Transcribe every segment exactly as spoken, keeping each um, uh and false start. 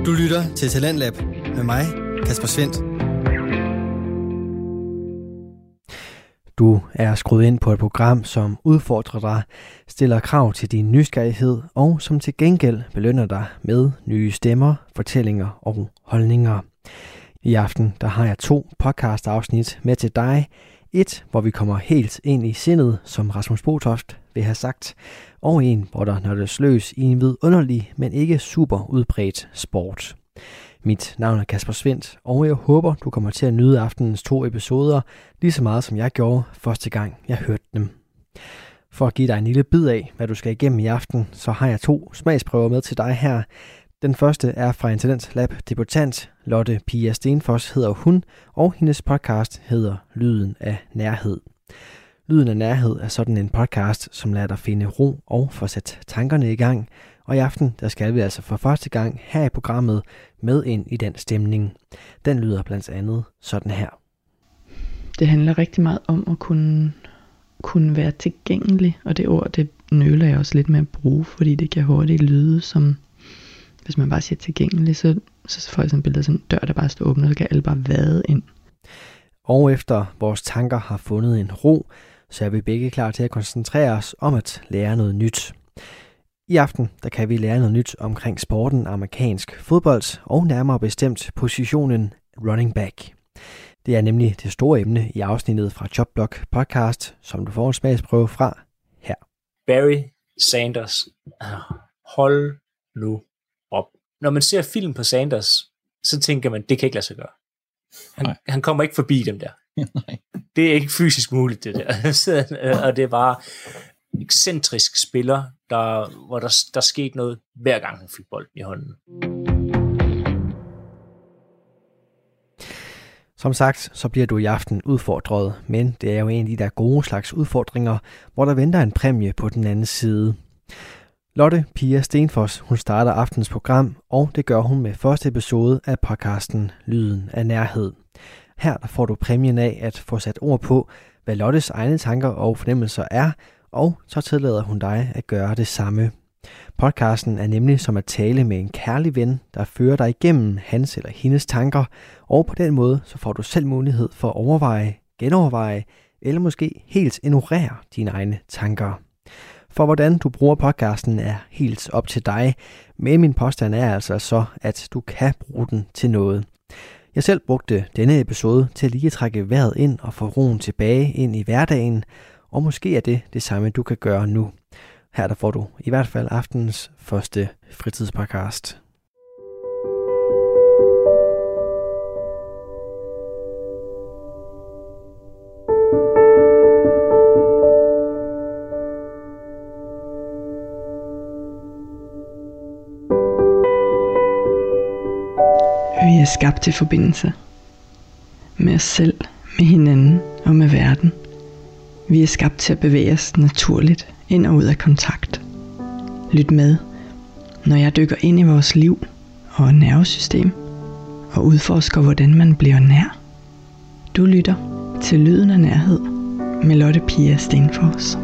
Du lytter til Talentlab med mig, Kasper Svendt. Du er skruet ind på et program, som udfordrer dig, stiller krav til din nysgerrighed og som til gengæld belønner dig med nye stemmer, fortællinger og holdninger. I aften der har jeg to podcast-afsnit med til dig. Et, hvor vi kommer helt ind i sindet, som Rasmus Botoft vil have sagt, og en, hvor der nørdes løs i en vidunderlig, men ikke super udbredt sport. Mit navn er Kasper Svendt, og jeg håber, du kommer til at nyde aftenens to episoder, lige så meget som jeg gjorde første gang, jeg hørte dem. For at give dig en lille bid af, hvad du skal igennem i aften, så har jeg to smagsprøver med til dig her. Den første er fra en Talentlab debutant, Lotte Pia Stenfoss hedder hun, og hendes podcast hedder Lyden af Nærhed. Lyden af Nærhed er sådan en podcast, som lader dig finde ro og få sat tankerne i gang. Og i aften, der skal vi altså for første gang her i programmet med ind i den stemning. Den lyder blandt andet sådan her. Det handler rigtig meget om at kunne, kunne være tilgængelig, og det ord, det nøler jeg også lidt med at bruge, fordi det kan hurtigt lyde som, hvis man bare siger tilgængelig, så, så får jeg sådan et billede af sådan en dør, der bare står åben, og så kan alle bare vade ind. Og efter vores tanker har fundet en ro, så er vi begge klar til at koncentrere os om at lære noget nyt. I aften der kan vi lære noget nyt omkring sporten amerikansk fodbold, og nærmere bestemt positionen running back. Det er nemlig det store emne i afsnittet fra Jobblock podcast, som du får en smagsprøve fra her. Barry Sanders. Hold nu op. Når man ser film på Sanders, så tænker man, det kan ikke lade sig gøre. Han, han kommer ikke forbi dem der. Nej. Det er ikke fysisk muligt, det der. Og det er bare ekscentrisk spiller, der, hvor der, der skete noget, hver gang han fik bolden i hånden. Som sagt, så bliver du i aften udfordret, men det er jo en af de der gode slags udfordringer, hvor der venter en præmie på den anden side. Lotte Pia Stenfoss, hun starter aftens program, og det gør hun med første episode af podcasten Lyden af Nærhed. Her der får du præmien af at få sat ord på, hvad Lottes egne tanker og fornemmelser er, og så tillader hun dig at gøre det samme. Podcasten er nemlig som at tale med en kærlig ven, der fører dig igennem hans eller hendes tanker, og på den måde så får du selv mulighed for at overveje, genoverveje, eller måske helt ignorere dine egne tanker. For hvordan du bruger podcasten er helt op til dig, men min påstand er altså så, at du kan bruge den til noget. Jeg selv brugte denne episode til at lige trække vejret ind og få roen tilbage ind i hverdagen, og måske er det det samme, du kan gøre nu. Her der får du i hvert fald aftenens første fritidspodcast. Vi er skabt til forbindelse med os selv, med hinanden og med verden. Vi er skabt til at bevæge os naturligt ind og ud af kontakt. Lyt med, når jeg dykker ind i vores liv og nervesystem og udforsker, hvordan man bliver nær. Du lytter til Lyden af Nærhed med Lotte Pia Stenfoss.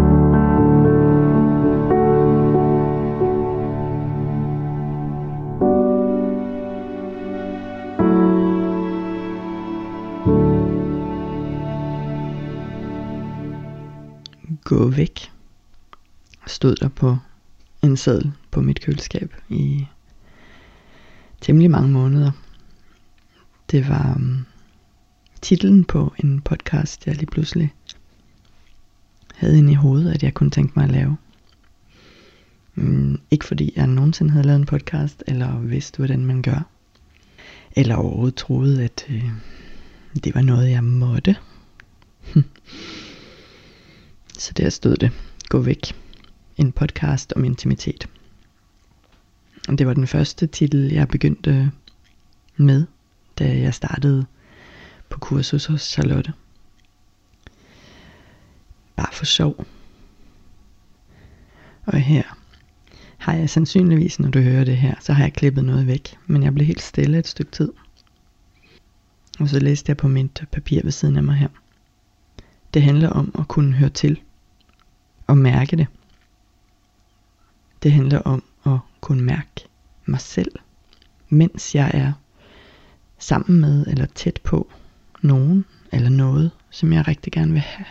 Gå væk, stod der på en seddel på mit køleskab i temmelig mange måneder. Det var um, titlen på en podcast, jeg lige pludselig havde inde i hovedet, at jeg kunne tænke mig at lave. Um, ikke fordi jeg nogensinde havde lavet en podcast, eller vidste, hvordan man gør. Eller overhovedet troede, at uh, det var noget, jeg måtte. Så der stod det, gå væk, en podcast om intimitet. Og det var den første titel, jeg begyndte med, da jeg startede på kursus hos Charlotte. Bare for sjov. Og her har jeg sandsynligvis, når du hører det her, så har jeg klippet noget væk. Men jeg blev helt stille et stykke tid. Og så læste jeg på mit papir ved siden af mig her. Det handler om at kunne høre til og mærke det. Det handler om at kunne mærke mig selv mens jeg er sammen med eller tæt på nogen eller noget, som jeg rigtig gerne vil have.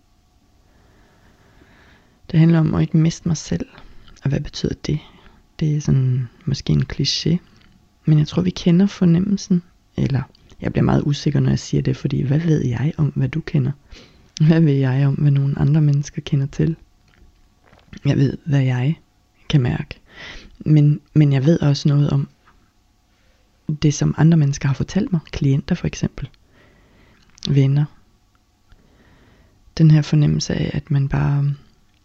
Det handler om at ikke miste mig selv. Og hvad betyder det? Det er sådan måske en kliché, men jeg tror vi kender fornemmelsen. Eller jeg bliver meget usikker når jeg siger det, fordi hvad ved jeg om hvad du kender? Hvad ved jeg om hvad nogle andre mennesker kender til? Jeg ved hvad jeg kan mærke. Men, men jeg ved også noget om det som andre mennesker har fortalt mig. Klienter for eksempel. Venner. Den her fornemmelse af at man bare,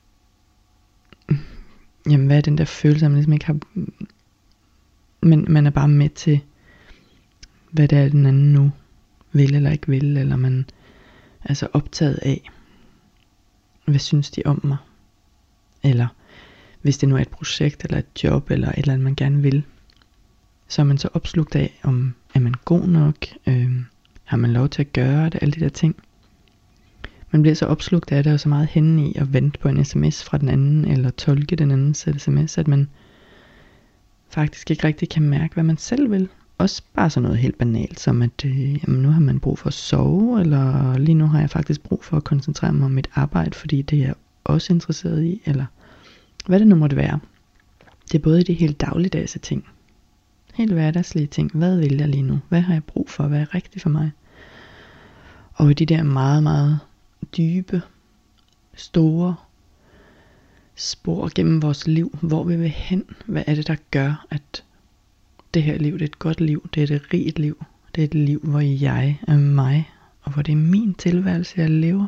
jamen hvad er den der følelse at man ligesom ikke har, men man er bare med til hvad det er den anden nu vil eller ikke vil, eller man er så optaget af hvad synes de om mig, eller hvis det nu er et projekt eller et job eller et eller andet man gerne vil, så er man så opslugt af om er man god nok, øh, har man lov til at gøre det, alle de der ting. Man bliver så opslugt af det og så meget henne i at vente på en sms fra den anden eller tolke den andens sms, at man faktisk ikke rigtig kan mærke hvad man selv vil. Også bare sådan noget helt banalt som at øh, jamen, nu har man brug for at sove, eller lige nu har jeg faktisk brug for at koncentrere mig om mit arbejde, fordi det er jeg også interesseret i, eller hvad det nu måtte være. Det er både de helt dagligdags ting, helt hverdagslige ting. Hvad vil jeg lige nu? Hvad har jeg brug for? Hvad er rigtigt for mig? Og de der meget, meget dybe, store spor gennem vores liv. Hvor vi vil hen? Hvad er det, der gør, at det her liv det er et godt liv? Det er et rigt liv. Det er et liv, hvor jeg er mig, og hvor det er min tilværelse, jeg lever.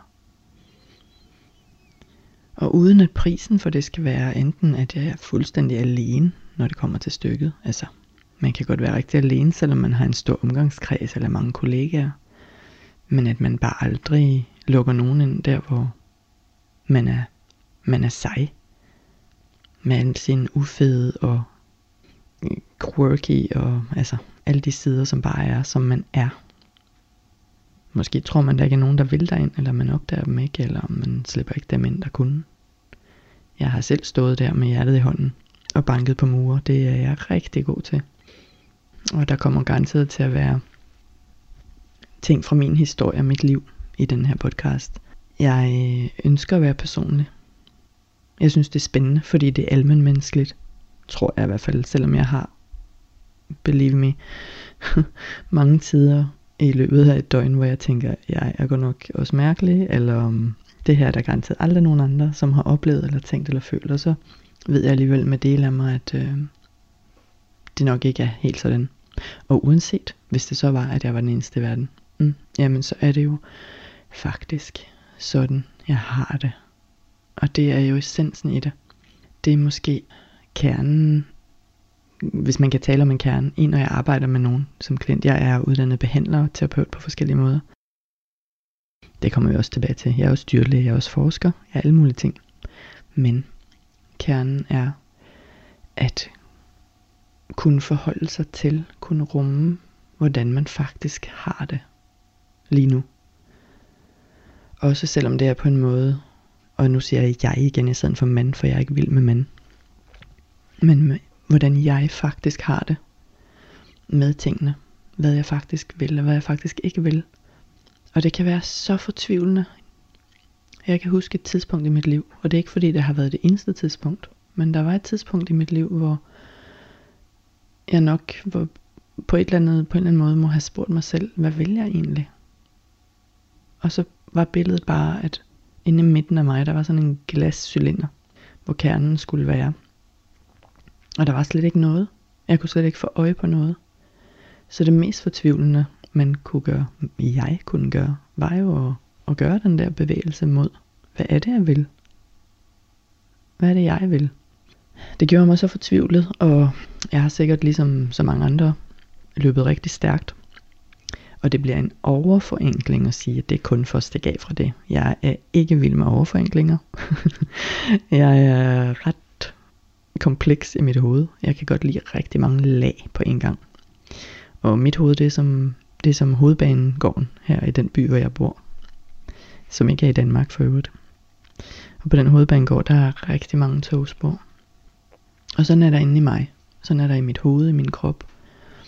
Og uden at prisen for det skal være enten, at jeg er fuldstændig alene, når det kommer til stykket. Altså, man kan godt være rigtig alene, selvom man har en stor omgangskreds eller mange kollegaer. Men at man bare aldrig lukker nogen ind der, hvor man er, man er sej. Med alle sine ufede og quirky og altså alle de sider, som bare er, som man er. Måske tror man, der ikke er nogen, der vil derind, eller man opdager dem ikke, eller man slipper ikke dem ind, der kunne. Jeg har selv stået der med hjertet i hånden og banket på mure. Det er jeg rigtig god til. Og der kommer garanteret til at være ting fra min historie og mit liv i den her podcast. Jeg ønsker at være personlig. Jeg synes det er spændende, fordi det er almenmenneskeligt. Tror jeg i hvert fald, selvom jeg har, believe me, mange tider i løbet af et døgn, hvor jeg tænker, jeg er godt nok også mærkelig, eller um, det her er der garanteret aldrig nogen andre, som har oplevet, eller tænkt, eller følt, og så ved jeg alligevel med del af mig, at øh, det nok ikke er helt sådan. Og uanset, hvis det så var, at jeg var den eneste i verden, mm, jamen så er det jo faktisk sådan, jeg har det. Og det er jo essensen i det. Det er måske kernen, hvis man kan tale om en kerne, en når jeg arbejder med nogen som klient. Jeg er uddannet behandler og terapeut på forskellige måder. Det kommer vi også tilbage til. Jeg er også dyrlæge, jeg er også forsker, jeg er alle mulige ting. Men kernen er at kunne forholde sig til, kunne rumme, hvordan man faktisk har det lige nu. Også selvom det er på en måde, og nu siger jeg jeg igen i stedet for mand, for jeg er ikke vild med mand. Men med, hvordan jeg faktisk har det med tingene. Hvad jeg faktisk vil, og hvad jeg faktisk ikke vil. Og det kan være så fortvivlende. Jeg kan huske et tidspunkt i mit liv, og det er ikke fordi det har været det eneste tidspunkt, men der var et tidspunkt i mit liv, hvor jeg nok hvor på, et eller andet, på en eller anden måde må have spurgt mig selv, hvad vil jeg egentlig? Og så var billedet bare, at inde i midten af mig, der var sådan en glascylinder, hvor kernen skulle være. Og der var slet ikke noget. Jeg kunne slet ikke få øje på noget. Så det mest fortvivlende, man kunne gøre, jeg kunne gøre, var jo at, at gøre den der bevægelse mod, hvad er det, jeg vil? Hvad er det, jeg vil? Det gjorde mig så fortvivlet, og jeg har sikkert ligesom så mange andre løbet rigtig stærkt. Og det bliver en overforenkling at sige, at det er kun for at stikke af fra det. Jeg er ikke vild med overforenklinger. Jeg er ret kompleks i mit hoved. Jeg kan godt lide rigtig mange lag på en gang. Og mit hoved, det er som, det er som hovedbanegården her i den by, hvor jeg bor. Som ikke er i Danmark for øvrigt. Og på den hovedbanegård, der er rigtig mange togspor. Og sådan er der inde i mig. Sådan er der i mit hoved, i min krop.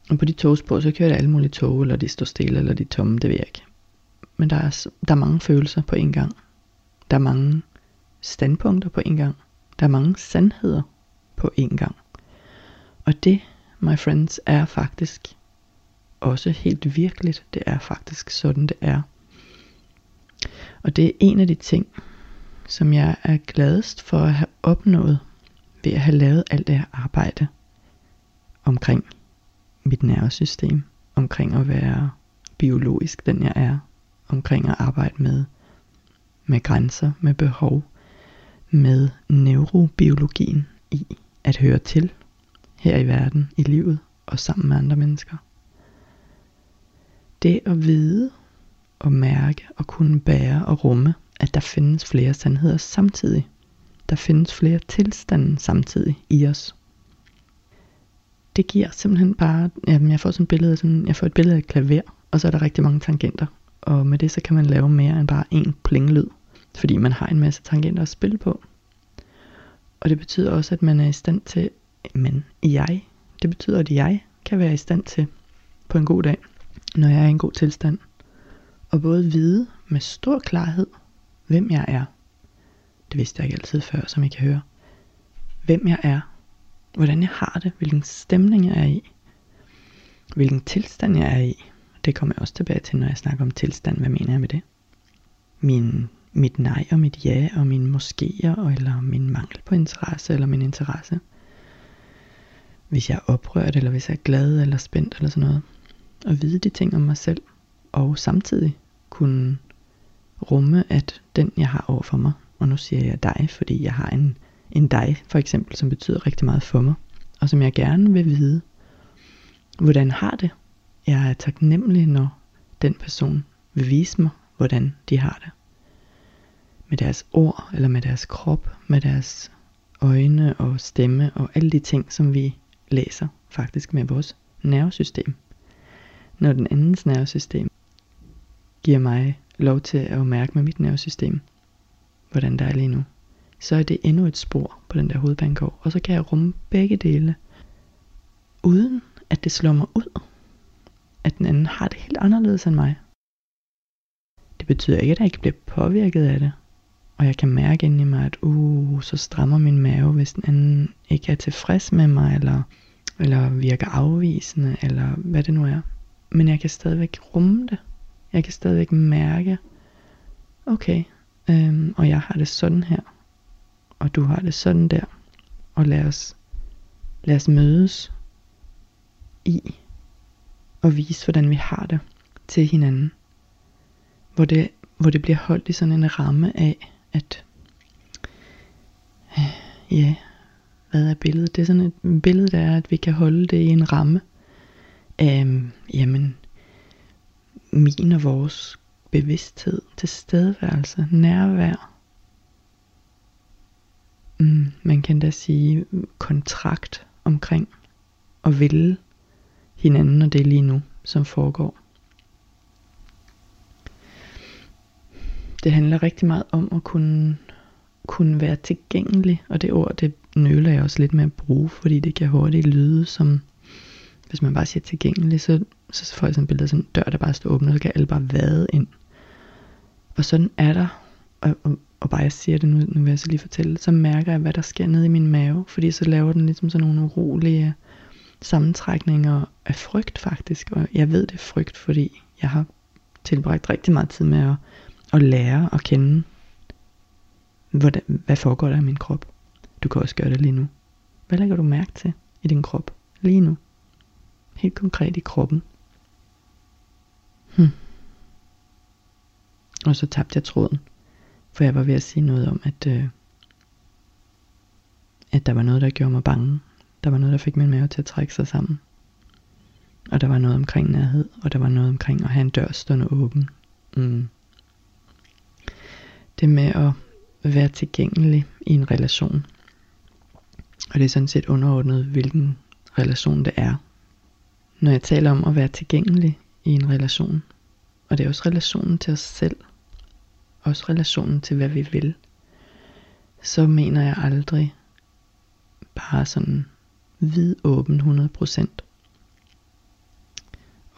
Og på de togspor, så kører der alle mulige tog, eller de står stille, eller de er tomme, det ved jeg ikke. Men der er, der er mange følelser på en gang. Der er mange standpunkter på en gang. Der er mange sandheder på en gang. Og det, my friends, er faktisk også helt virkeligt. Det er faktisk sådan, det er. Og det er en af de ting, som jeg er gladest for at have opnået ved at have lavet alt det her arbejde omkring mit nervesystem, omkring at være biologisk, den jeg er, omkring at arbejde med, med grænser, med behov, med neurobiologien i at høre til her i verden, i livet og sammen med andre mennesker. Det at vide og mærke og kunne bære og rumme, at der findes flere sandheder samtidig. Der findes flere tilstande samtidig i os. Det giver simpelthen bare, jamen jeg får sådan et billede, sådan, jeg får et billede af et klaver, og så er der rigtig mange tangenter. Og med det så kan man lave mere end bare én plingelyd, fordi man har en masse tangenter at spille på. Og det betyder også, at man er i stand til, men jeg, det betyder, at jeg kan være i stand til på en god dag, når jeg er i en god tilstand, og både vide med stor klarhed, hvem jeg er. Det vidste jeg ikke altid før, som I kan høre. Hvem jeg er, hvordan jeg har det, hvilken stemning jeg er i, hvilken tilstand jeg er i. Det kommer jeg også tilbage til, når jeg snakker om tilstand. Hvad mener jeg med det? Min, mit nej og mit ja, og mine moskéer, eller min mangel på interesse, eller min interesse. Hvis jeg er oprørt, eller hvis jeg er glad, eller spændt, eller sådan noget. Og vide de ting om mig selv, og samtidig kunne rumme, at den jeg har over for mig, og nu siger jeg dig, fordi jeg har en, en dig, for eksempel, som betyder rigtig meget for mig, og som jeg gerne vil vide, hvordan har det. Jeg er taknemmelig, når den person vil vise mig, hvordan de har det. Med deres ord, eller med deres krop, med deres øjne og stemme, og alle de ting, som vi læser faktisk med vores nervesystem. Når den andens nervesystem giver mig lov til at mærke med mit nervesystem, hvordan der er lige nu, så er det endnu et spor på den der hovedbanegård, og så kan jeg rumme begge dele, uden at det slår mig ud, at den anden har det helt anderledes end mig. Det betyder ikke, at jeg ikke bliver påvirket af det, og jeg kan mærke inde i mig, at uh, så strammer min mave, hvis den anden ikke er tilfreds med mig, eller, eller virker afvisende, eller hvad det nu er. Men jeg kan stadigvæk rumme det. Jeg kan stadigvæk mærke, okay, øhm, og jeg har det sådan her, og du har det sådan der, og lad os, lad os mødes i og vise, hvordan vi har det til hinanden. Hvor det, hvor det bliver holdt i sådan en ramme af, at ja, hvad er billedet? Det er sådan et billede, der er, at vi kan holde det i en ramme af, jamen, min og vores bevidsthed, tilstedeværelse, nærvær. Mm, man kan da sige kontrakt omkring at ville hinanden, og det er lige nu, som foregår. Det handler rigtig meget om at kunne, kunne være tilgængelig, og det ord, det nøler jeg også lidt med at bruge, fordi det kan hurtigt lyde som, hvis man bare siger tilgængelig, så, så får jeg sådan et billede af sådan en dør, der bare står åben, og så kan alle bare vade ind. Og sådan er der, og, og, og bare jeg siger det nu, nu vil jeg så lige fortælle, så mærker jeg, hvad der sker nede i min mave, fordi så laver den ligesom sådan nogle urolige sammentrækninger af frygt faktisk, og jeg ved det er frygt, fordi jeg har tilbragt rigtig meget tid med at, at lære at kende, hvordan, hvad foregår der i min krop. Du kan også gøre det lige nu. Hvad lægger du mærke til i din krop lige nu? Helt konkret i kroppen. Hmm. Og så tabte jeg tråden, for jeg var ved at sige noget om, at, øh, at der var noget, der gjorde mig bange. Der var noget, der fik min mave til at trække sig sammen. Og der var noget omkring nærhed, og der var noget omkring at have en dør stående åben. Mm. Det med at være tilgængelig i en relation. Og det er sådan set underordnet, hvilken relation det er. Når jeg taler om at være tilgængelig i en relation, og det er også relationen til os selv, også relationen til hvad vi vil, så mener jeg aldrig bare sådan vidåben hundrede procent.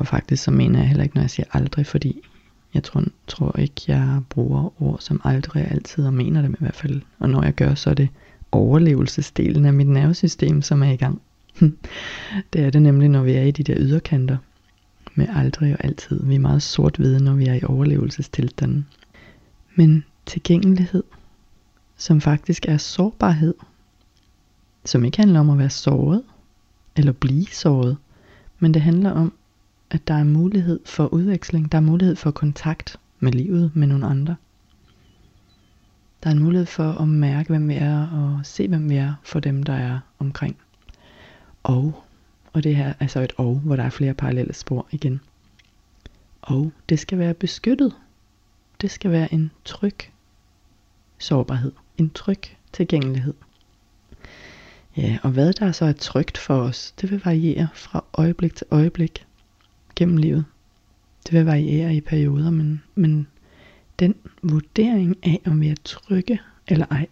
Og faktisk så mener jeg heller ikke, når jeg siger aldrig, fordi jeg tror, tror ikke, jeg bruger ord som aldrig altid, og mener dem i hvert fald. Og når jeg gør, så er det overlevelsesdelen af mit nervesystem, som er i gang. Det er det nemlig, når vi er i de der yderkanter med aldrig og altid. Vi er meget sort-hvide, når vi er i overlevelsestilstanden. Men tilgængelighed, som faktisk er sårbarhed, som ikke handler om at være såret, eller blive såret, men det handler om, at der er mulighed for udveksling, der er mulighed for kontakt med livet, med nogle andre. Der er en mulighed for at mærke, hvem vi er, og se, hvem vi er for dem, der er omkring. Og, og det her er så et og, hvor der er flere parallelle spor igen. Og det skal være beskyttet. Det skal være en tryg sårbarhed, en tryg tilgængelighed. Ja, og hvad der så er trygt for os, det vil variere fra øjeblik til øjeblik gennem livet. Det vil variere i perioder, men, men den vurdering af, om vi er trygge eller ej,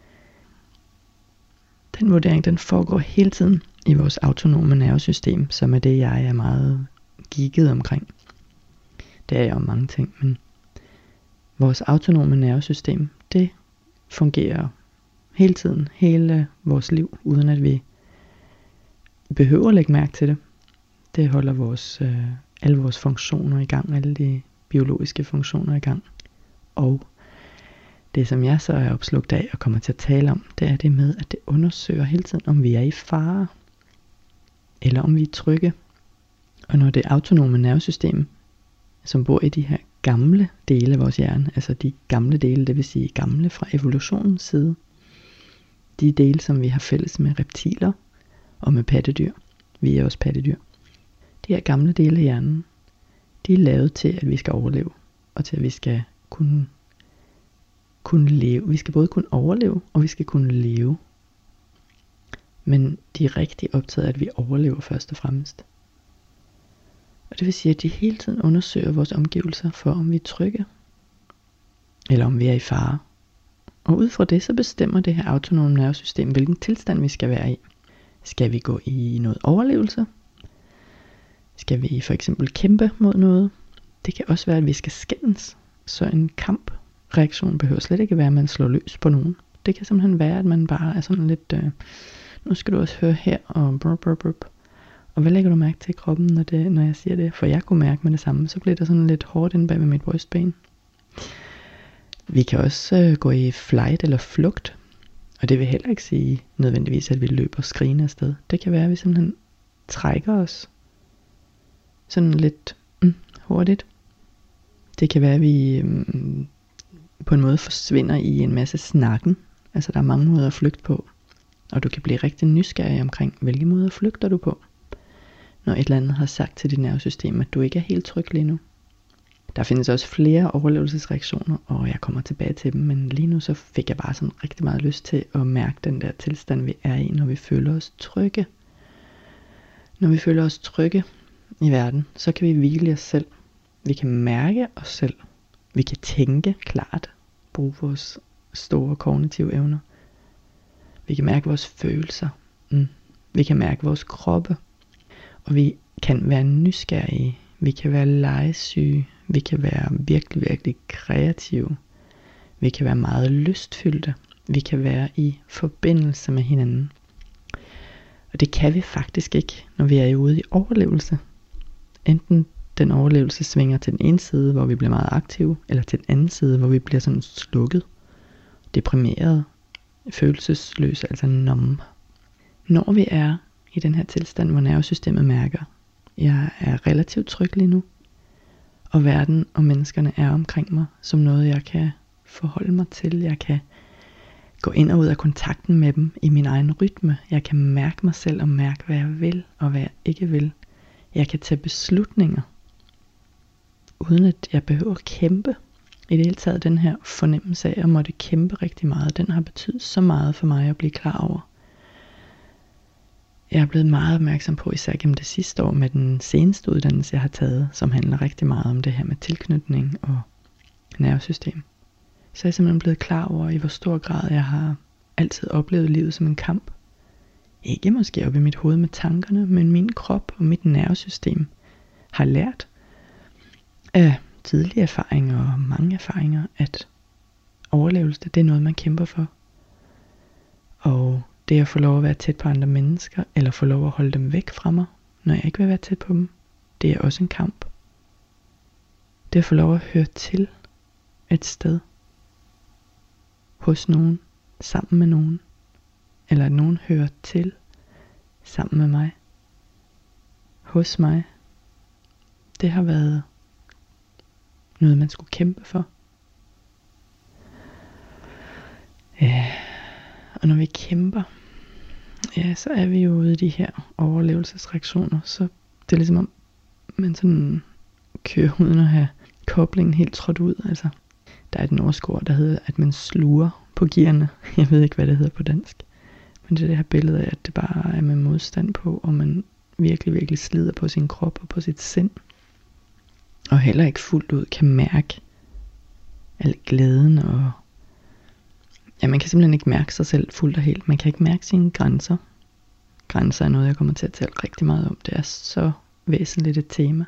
den vurdering, den foregår hele tiden i vores autonome nervesystem, som er det, jeg er meget geeket omkring. Det er jeg om mange ting, men vores autonome nervesystem, det fungerer hele tiden, hele vores liv, uden at vi behøver at lægge mærke til det. Det holder vores, øh, alle vores funktioner i gang, alle de biologiske funktioner i gang. Og det, som jeg så er opslugt af og kommer til at tale om, det er det med, at det undersøger hele tiden, om vi er i fare, eller om vi er trygge. Og når det autonome nervesystem, som bor i de her gamle dele af vores hjerne, altså de gamle dele, det vil sige gamle fra evolutionens side, de dele, som vi har fælles med reptiler og med pattedyr, vi er også pattedyr, de her gamle dele af hjernen, de er lavet til, at vi skal overleve, og til at vi skal kunne, kunne leve. Vi skal både kunne overleve, og vi skal kunne leve. Men de er rigtig optaget af, at vi overlever først og fremmest. Og det vil sige, at de hele tiden undersøger vores omgivelser for, om vi er trygge, eller om vi er i fare. Og ud fra det, så bestemmer det her autonome nervesystem, hvilken tilstand vi skal være i. Skal vi gå i noget overlevelse? Skal vi for eksempel kæmpe mod noget? Det kan også være, at vi skal skændes. Så en kampreaktion behøver slet ikke være, at man slår løs på nogen. Det kan simpelthen være, at man bare er sådan lidt, øh, nu skal du også høre her, og brr, brr, brr. Og hvad lægger du mærke til i kroppen, når, det, når jeg siger det? For jeg kunne mærke med det samme, så bliver der sådan lidt hårdt inde bag ved mit brystben. Vi kan også øh, gå i flight eller flugt. Og det vil heller ikke sige nødvendigvis, at vi løber skrigende afsted. Det kan være, at vi simpelthen trækker os sådan lidt mm, hurtigt. Det kan være, at vi mm, på en måde forsvinder i en masse snakken. Altså der er mange måder at flygte på. Og du kan blive rigtig nysgerrig omkring, hvilke måder flygter du på. Når et eller andet har sagt til dit nervesystem, at du ikke er helt tryg lige nu. Der findes også flere overlevelsesreaktioner, og jeg kommer tilbage til dem, men lige nu så fik jeg bare sådan rigtig meget lyst til at mærke den der tilstand, vi er i, når vi føler os trygge. Når vi føler os trygge i verden, så kan vi hvile os selv. Vi kan mærke os selv. Vi kan tænke klart, bruge vores store kognitive evner. Vi kan mærke vores følelser. Mm. Vi kan mærke vores kroppe. Og vi kan være nysgerrige. Vi kan være legesyge. Vi kan være virkelig, virkelig kreative. Vi kan være meget lystfyldte. Vi kan være i forbindelse med hinanden. Og det kan vi faktisk ikke, når vi er ude i overlevelse. Enten den overlevelse svinger til den ene side, hvor vi bliver meget aktive, eller til den anden side, hvor vi bliver sådan slukket, deprimeret, følelsesløse, altså numb. Når vi er i den her tilstand, hvor nervesystemet mærker, jeg er relativt tryg lige nu, og verden og menneskerne er omkring mig, som noget jeg kan forholde mig til, jeg kan gå ind og ud af kontakten med dem i min egen rytme, jeg kan mærke mig selv og mærke, hvad jeg vil og hvad jeg ikke vil. Jeg kan tage beslutninger, uden at jeg behøver at kæmpe. I det hele taget, den her fornemmelse af at måtte kæmpe rigtig meget, den har betydet så meget for mig at blive klar over. Jeg er blevet meget opmærksom på, især gennem det sidste år, med den seneste uddannelse, jeg har taget, som handler rigtig meget om det her med tilknytning og nervesystem. Så er jeg simpelthen blevet klar over, i hvor stor grad jeg har altid oplevet livet som en kamp. Ikke måske op i mit hoved med tankerne, men min krop og mit nervesystem har lært af tidlige erfaringer og mange erfaringer, at overlevelse, det er noget, man kæmper for. Og det at få lov at være tæt på andre mennesker, eller få lov at holde dem væk fra mig, når jeg ikke vil være tæt på dem, det er også en kamp. Det at få lov at høre til et sted, hos nogen, sammen med nogen, eller at nogen hører til sammen med mig, hos mig, det har været noget, man skulle kæmpe for. Ja, og når vi kæmper, ja, så er vi jo ude i de her overlevelsesreaktioner, så det er ligesom om, man sådan kører uden at have koblingen helt trådt ud. Altså, der er et norsk ord, der hedder, at man sluger på gearne. Jeg ved ikke, hvad det hedder på dansk. Men det er det her billede af, at det bare er med modstand på, og man virkelig, virkelig slider på sin krop og på sit sind. Og heller ikke fuldt ud kan mærke al glæden, og ja, man kan simpelthen ikke mærke sig selv fuldt og helt. Man kan ikke mærke sine grænser. Grænser er noget, jeg kommer til at tale rigtig meget om. Det er så væsentligt et tema.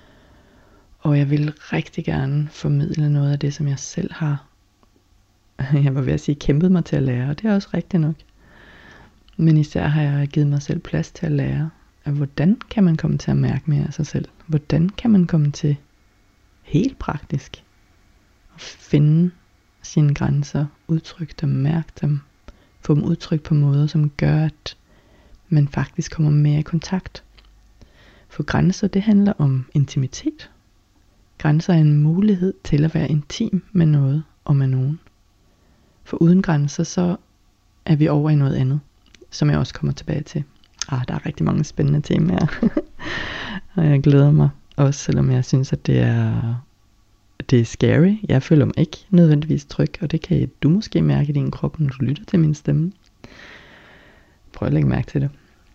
Og jeg vil rigtig gerne formidle noget af det, som jeg selv har, jeg var ved at sige, kæmpet mig til at lære. Og det er også rigtigt nok. Men især har jeg givet mig selv plads til at lære, at hvordan kan man komme til at mærke mere af sig selv? Hvordan kan man komme til helt praktisk at finde sine grænser, udtrykke dem, mærke dem, få dem udtrykt på måder, som gør, at man faktisk kommer mere i kontakt. For grænser, det handler om intimitet. Grænser er en mulighed til at være intim med noget og med nogen. For uden grænser, så er vi over i noget andet, som jeg også kommer tilbage til. Ah, der er rigtig mange spændende temaer, og jeg glæder mig også, selvom jeg synes, at det er, det er scary. Jeg føler mig ikke nødvendigvis tryg, og det kan du måske mærke i din krop, når du lytter til min stemme. Prøv at lægge mærke til det.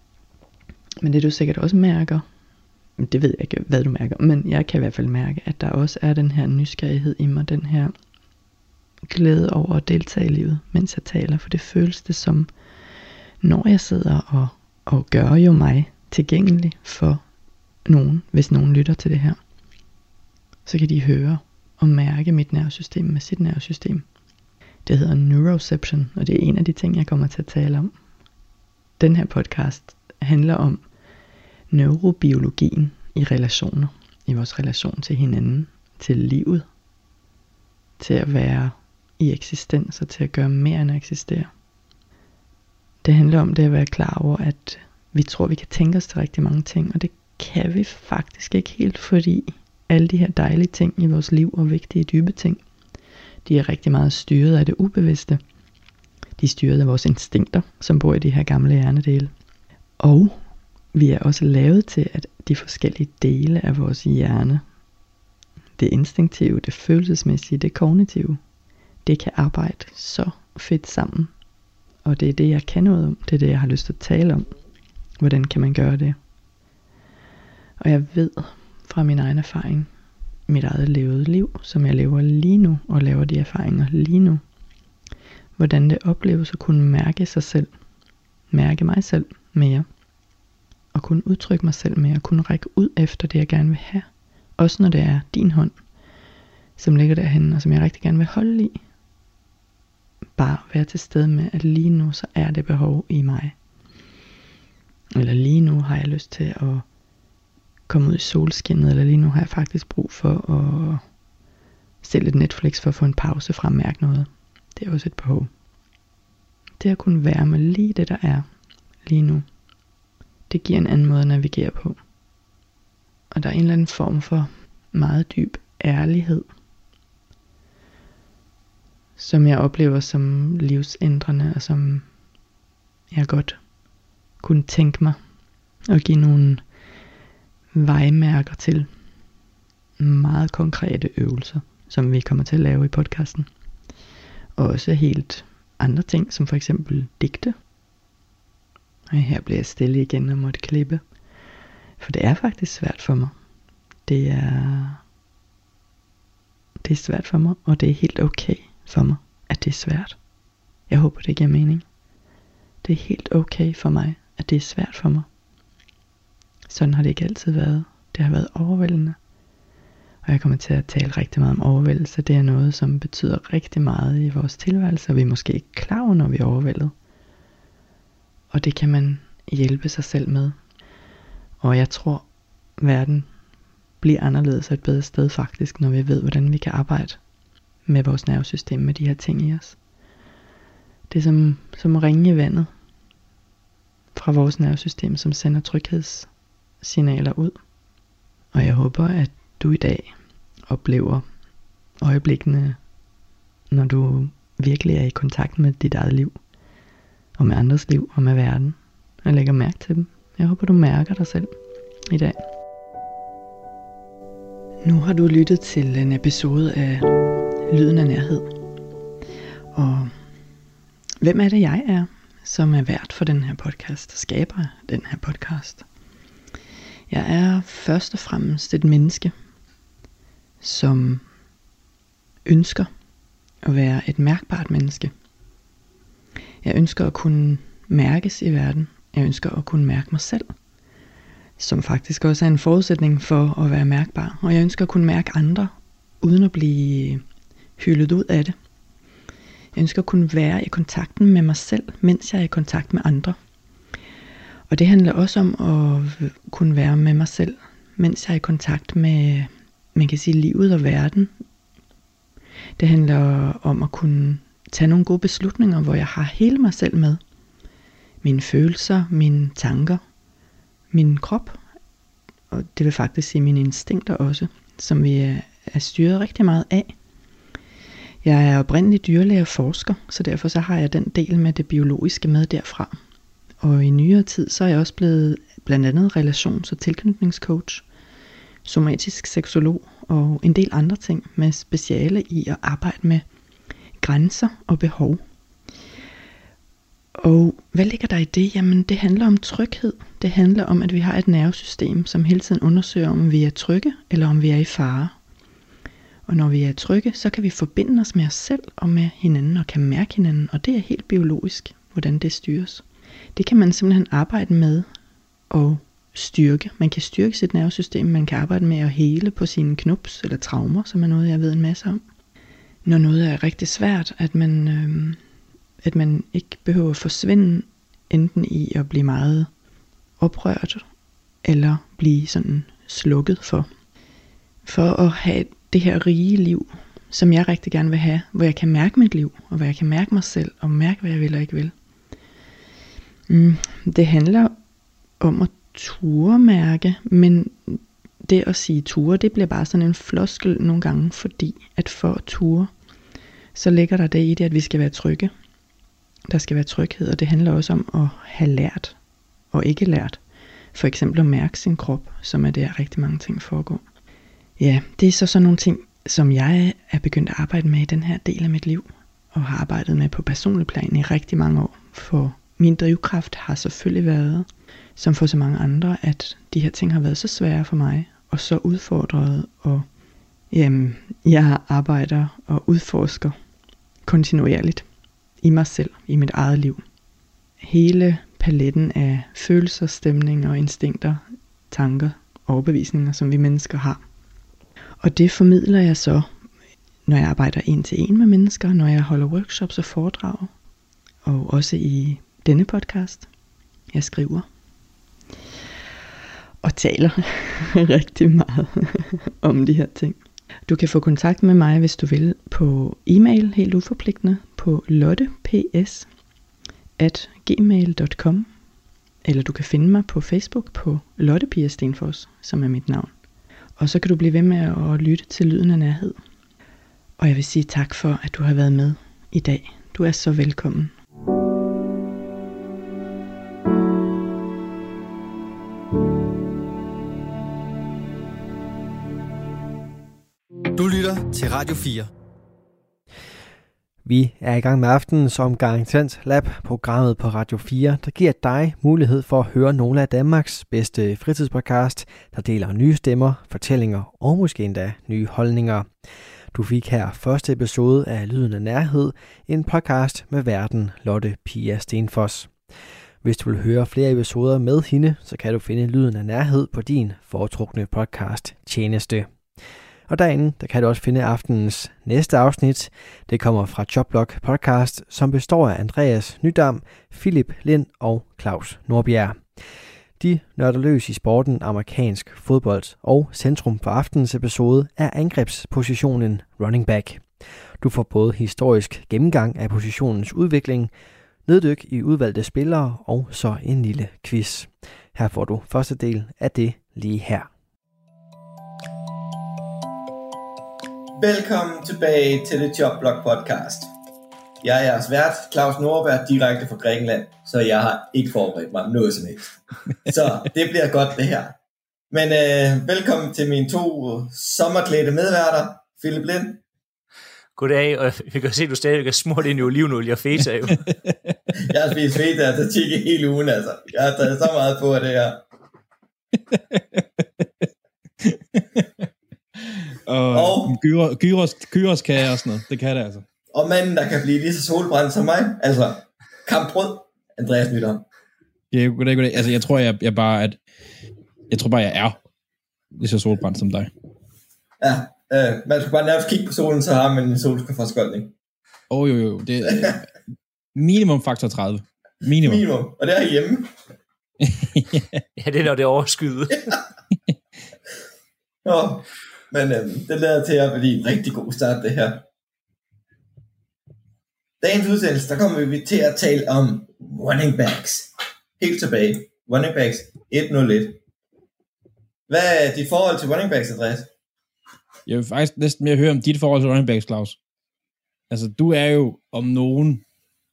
Men det du sikkert også mærker, det ved jeg ikke, hvad du mærker, men jeg kan i hvert fald mærke, at der også er den her nysgerrighed i mig, den her glæde over at deltage i livet, mens jeg taler, for det føles det som, når jeg sidder og, og gør jo mig tilgængelig for nogen, hvis nogen lytter til det her, så kan de høre og mærke mit nervesystem med sit nervesystem. Det hedder neuroception, og det er en af de ting, jeg kommer til at tale om. Den her podcast handler om neurobiologien i relationer, i vores relation til hinanden, til livet, til at være i eksistens og til at gøre mere end at eksistere. Det handler om det at være klar over, at vi tror, vi kan tænke os til rigtig mange ting, og det kan vi faktisk ikke helt, fordi alle de her dejlige ting i vores liv og vigtige dybe ting, de er rigtig meget styret af det ubevidste. De er styret af vores instinkter, som bor i de her gamle hjernedele. Og vi er også lavet til, at de forskellige dele af vores hjerne, det instinktive, det følelsesmæssige, det kognitive, det kan arbejde så fedt sammen. Og det er det, jeg kan noget om. Det er det, jeg har lyst til at tale om. Hvordan kan man gøre det? Og jeg ved fra min egen erfaring, mit eget levede liv, som jeg lever lige nu, og laver de erfaringer lige nu, hvordan det opleves at kunne mærke sig selv, mærke mig selv mere, og kunne udtrykke mig selv mere, og kunne række ud efter det, jeg gerne vil have. Også når det er din hånd, som ligger derhen, og som jeg rigtig gerne vil holde i. Bare være til stede med, at lige nu så er det behov i mig. Eller lige nu har jeg lyst til at komme ud i solskinnet, eller lige nu har jeg faktisk brug for at se lidt Netflix for at få en pause fra at mærke noget. Det er også et behov. Det at kunne være med lige det der er lige nu, det giver en anden måde at navigere på. Og der er en eller anden form for meget dyb ærlighed, som jeg oplever som livsændrende, og som jeg godt kunne tænke mig at give nogle vejmærker til. Meget konkrete øvelser, som vi kommer til at lave i podcasten. Og også helt andre ting, som for eksempel digte. Og her bliver jeg stille igen og måtte klippe. For det er faktisk svært for mig. Det er, det er svært for mig, og det er helt okay for mig, at det er svært. Jeg håber, det giver mening. Det er helt okay for mig, at det er svært for mig. Sådan har det ikke altid været. Det har været overvældende. Og jeg kommer til at tale rigtig meget om overvældelse. Det er noget, som betyder rigtig meget i vores tilværelse, og vi er måske ikke klar over, når vi er overvældet. Og det kan man hjælpe sig selv med. Og jeg tror, verden bliver anderledes og et bedre sted faktisk, når vi ved, hvordan vi kan arbejde med vores nervesystem, med de her ting i os. Det er som, som ringe i vandet fra vores nervesystem, som sender tryghedssignaler ud. Og jeg håber, at du i dag oplever øjeblikkene, når du virkelig er i kontakt med dit eget liv, og med andres liv og med verden, og lægger mærke til dem. Jeg håber, du mærker dig selv i dag. Nu har du lyttet til en episode af Lyden af Nærhed. Og hvem er det, jeg er, som er vært for den her podcast, skaber den her podcast? Jeg er først og fremmest et menneske, som ønsker at være et mærkbart menneske. Jeg ønsker at kunne mærkes i verden. Jeg ønsker at kunne mærke mig selv, som faktisk også er en forudsætning for at være mærkbar. Og jeg ønsker at kunne mærke andre, uden at blive hyldet ud af det. Jeg ønsker at kunne være i kontakten med mig selv, mens jeg er i kontakt med andre. Og det handler også om at kunne være med mig selv, mens jeg er i kontakt med, man kan sige, livet og verden. Det handler om at kunne tage nogle gode beslutninger, hvor jeg har hele mig selv med. Mine følelser, mine tanker, min krop, og det vil faktisk sige mine instinkter også, som vi er, er styret rigtig meget af. Jeg er oprindelig dyrlæge og forsker, så derfor så har jeg den del med det biologiske med derfra. Og i nyere tid, så er jeg også blevet blandt andet relations- og tilknytningscoach, somatisk seksolog og en del andre ting med speciale i at arbejde med grænser og behov. Og hvad ligger der i det? Jamen det handler om tryghed. Det handler om, at vi har et nervesystem, som hele tiden undersøger, om vi er trygge eller om vi er i fare. Og når vi er trygge, så kan vi forbinde os med os selv og med hinanden og kan mærke hinanden. Og det er helt biologisk, hvordan det styres. Det kan man simpelthen arbejde med og styrke. Man kan styrke sit nervesystem. Man kan arbejde med at hele på sine knups eller traumer, som er noget, jeg ved en masse om. Når noget er rigtig svært, at man, øh, at man ikke behøver at forsvinde enten i at blive meget oprørt eller blive sådan slukket for. For at have det her rige liv, som jeg rigtig gerne vil have, hvor jeg kan mærke mit liv, og hvor jeg kan mærke mig selv, og mærke, hvad jeg vil og ikke vil. Mm, det handler om at ture mærke, men det at sige ture, det bliver bare sådan en floskel nogle gange, fordi at for at ture, så ligger der det i det, at vi skal være trygge. Der skal være tryghed, og det handler også om at have lært, og ikke lært. For eksempel at mærke sin krop, som er der rigtig mange ting foregår. Ja, det er så sådan nogle ting, som jeg er begyndt at arbejde med i den her del af mit liv, og har arbejdet med på personlig plan i rigtig mange år. For min drivkraft har selvfølgelig været, som for så mange andre, at de her ting har været så svære for mig, og så udfordret, og jamen, jeg arbejder og udforsker kontinuerligt i mig selv, i mit eget liv. Hele paletten af følelser, stemninger og instinkter, tanker og overbevisninger, som vi mennesker har. Og det formidler jeg så, når jeg arbejder en til en med mennesker, når jeg holder workshops og foredrag, og også i denne podcast. Jeg skriver og taler rigtig meget om de her ting. Du kan få kontakt med mig, hvis du vil, på e-mail, helt uforpligtende, på lotteps at gmail punktum com, eller du kan finde mig på Facebook på Lotte Pia Stenfoss, som er mit navn. Og så kan du blive ved med at lytte til Lyden af Nærhed. Og jeg vil sige tak for, at du har været med i dag. Du er så velkommen. Du lytter til Radio fire. Vi er i gang med aftenens omgang Talent Lab, programmet på Radio fire, der giver dig mulighed for at høre nogle af Danmarks bedste fritidspodcast, der deler nye stemmer, fortællinger og måske endda nye holdninger. Du fik her første episode af Lyden af Nærhed, en podcast med værten Lotte Pia Stenfoss. Hvis du vil høre flere episoder med hende, så kan du finde Lyden af Nærhed på din foretrukne podcast tjeneste. Og derinde, der kan du også finde aftenens næste afsnit. Det kommer fra Jobblock Podcast, som består af Andreas Nydam, Philip Lind og Claus Nordbjerg. De nørder løs i sporten amerikansk fodbold, og centrum for aftenens episode er angrebspositionen running back. Du får både historisk gennemgang af positionens udvikling, neddyk i udvalgte spillere og så en lille quiz. Her får du første del af det lige her. Velkommen tilbage til The Jobblock Podcast. Jeg er jeres vært, Claus Nordbjerg, direkte fra Grækenland, så jeg har ikke forberedt mig noget som helst. Så det bliver godt det her. Men øh, velkommen til mine to sommerklædte medværter, Philip Lind. Goddag, og vi kan se, at du stadig er smurt ind i olivenolie og feta jo. Jeg har spist feta og tzatziki hele ugen, altså. Jeg har taget så meget på af det her. og og gyros, gyros, gyros kan jeg også noget. Det kan det altså. Og manden, der kan blive lige så solbrændt som mig, altså kampbrød, Andreas Nydam. Ja, goddag, goddag. Altså, jeg tror, jeg, jeg bare, at jeg tror bare, jeg er lige så solbrændt som dig. Ja, øh, man skal bare nærmest kigge på solen, så har man en solforskoldning. Åh, oh, jo, jo. Det er minimum faktor tredive. Minimum. Minimum, og det er hjemme. Ja, det er når det er overskyet. Nå, men øh, det lader til at blive en rigtig god start, det her. Dagens udsendelse, der kommer vi til at tale om running backs. Helt tilbage. Running backs et nul et. Hvad er dit forhold til running backs, Andreas? Jeg vil faktisk næsten mere høre om dit forhold til running backs, Claus. Altså, du er jo om nogen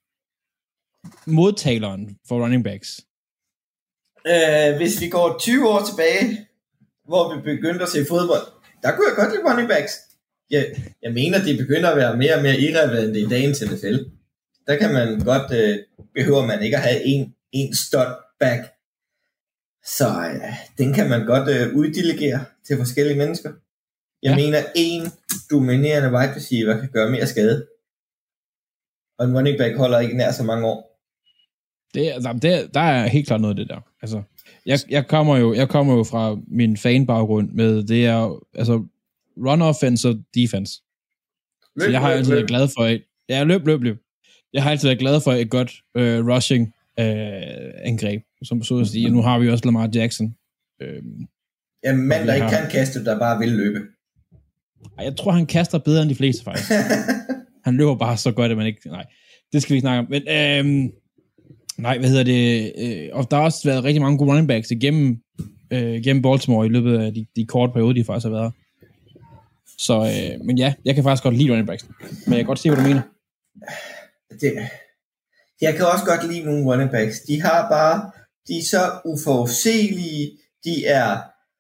modtaleren for running backs. Øh, hvis vi går tyve år tilbage, hvor vi begyndte at se fodbold, der kunne jeg godt lide running backs. Jeg, jeg mener, de begynder at være mere og mere irrelevante i dagens N F L. Der kan man godt, øh, behøver man ikke at have en, en stud back. Så øh, den kan man godt øh, uddelegere til forskellige mennesker. Jeg ja. mener, en dominerende wide receiver kan gøre mere skade. Og en running back holder ikke nær så mange år. Det, der, det, der er helt klart noget af det der. Altså, jeg, jeg, kommer jo, jeg kommer jo fra min fan-baggrund med det er, altså, run offense og defense. Løb, så jeg har løb, altid løb. været glad for et, ja, løb, løb, løb. Jeg har altid været glad for et godt øh, rushing øh, angreb, som så at sige. Nu har vi også Lamar Jackson. Øh, ja, mand, der ikke har... kan kaste, der bare vil løbe. Jeg tror, han kaster bedre end de fleste, faktisk. Han løber bare så godt, at man ikke... Nej, det skal vi ikke snakke om. Men, øh, nej, hvad hedder det? Øh, og der har også været rigtig mange gode running backs igennem, øh, igennem Baltimore i løbet af de, de korte perioder, de faktisk har været. Så, øh, men ja, jeg kan faktisk godt lide running backs. Men jeg kan godt se, hvad du mener. Det, jeg kan også godt lide nogle running backs. De har bare, de er så uforudsigelige, de er,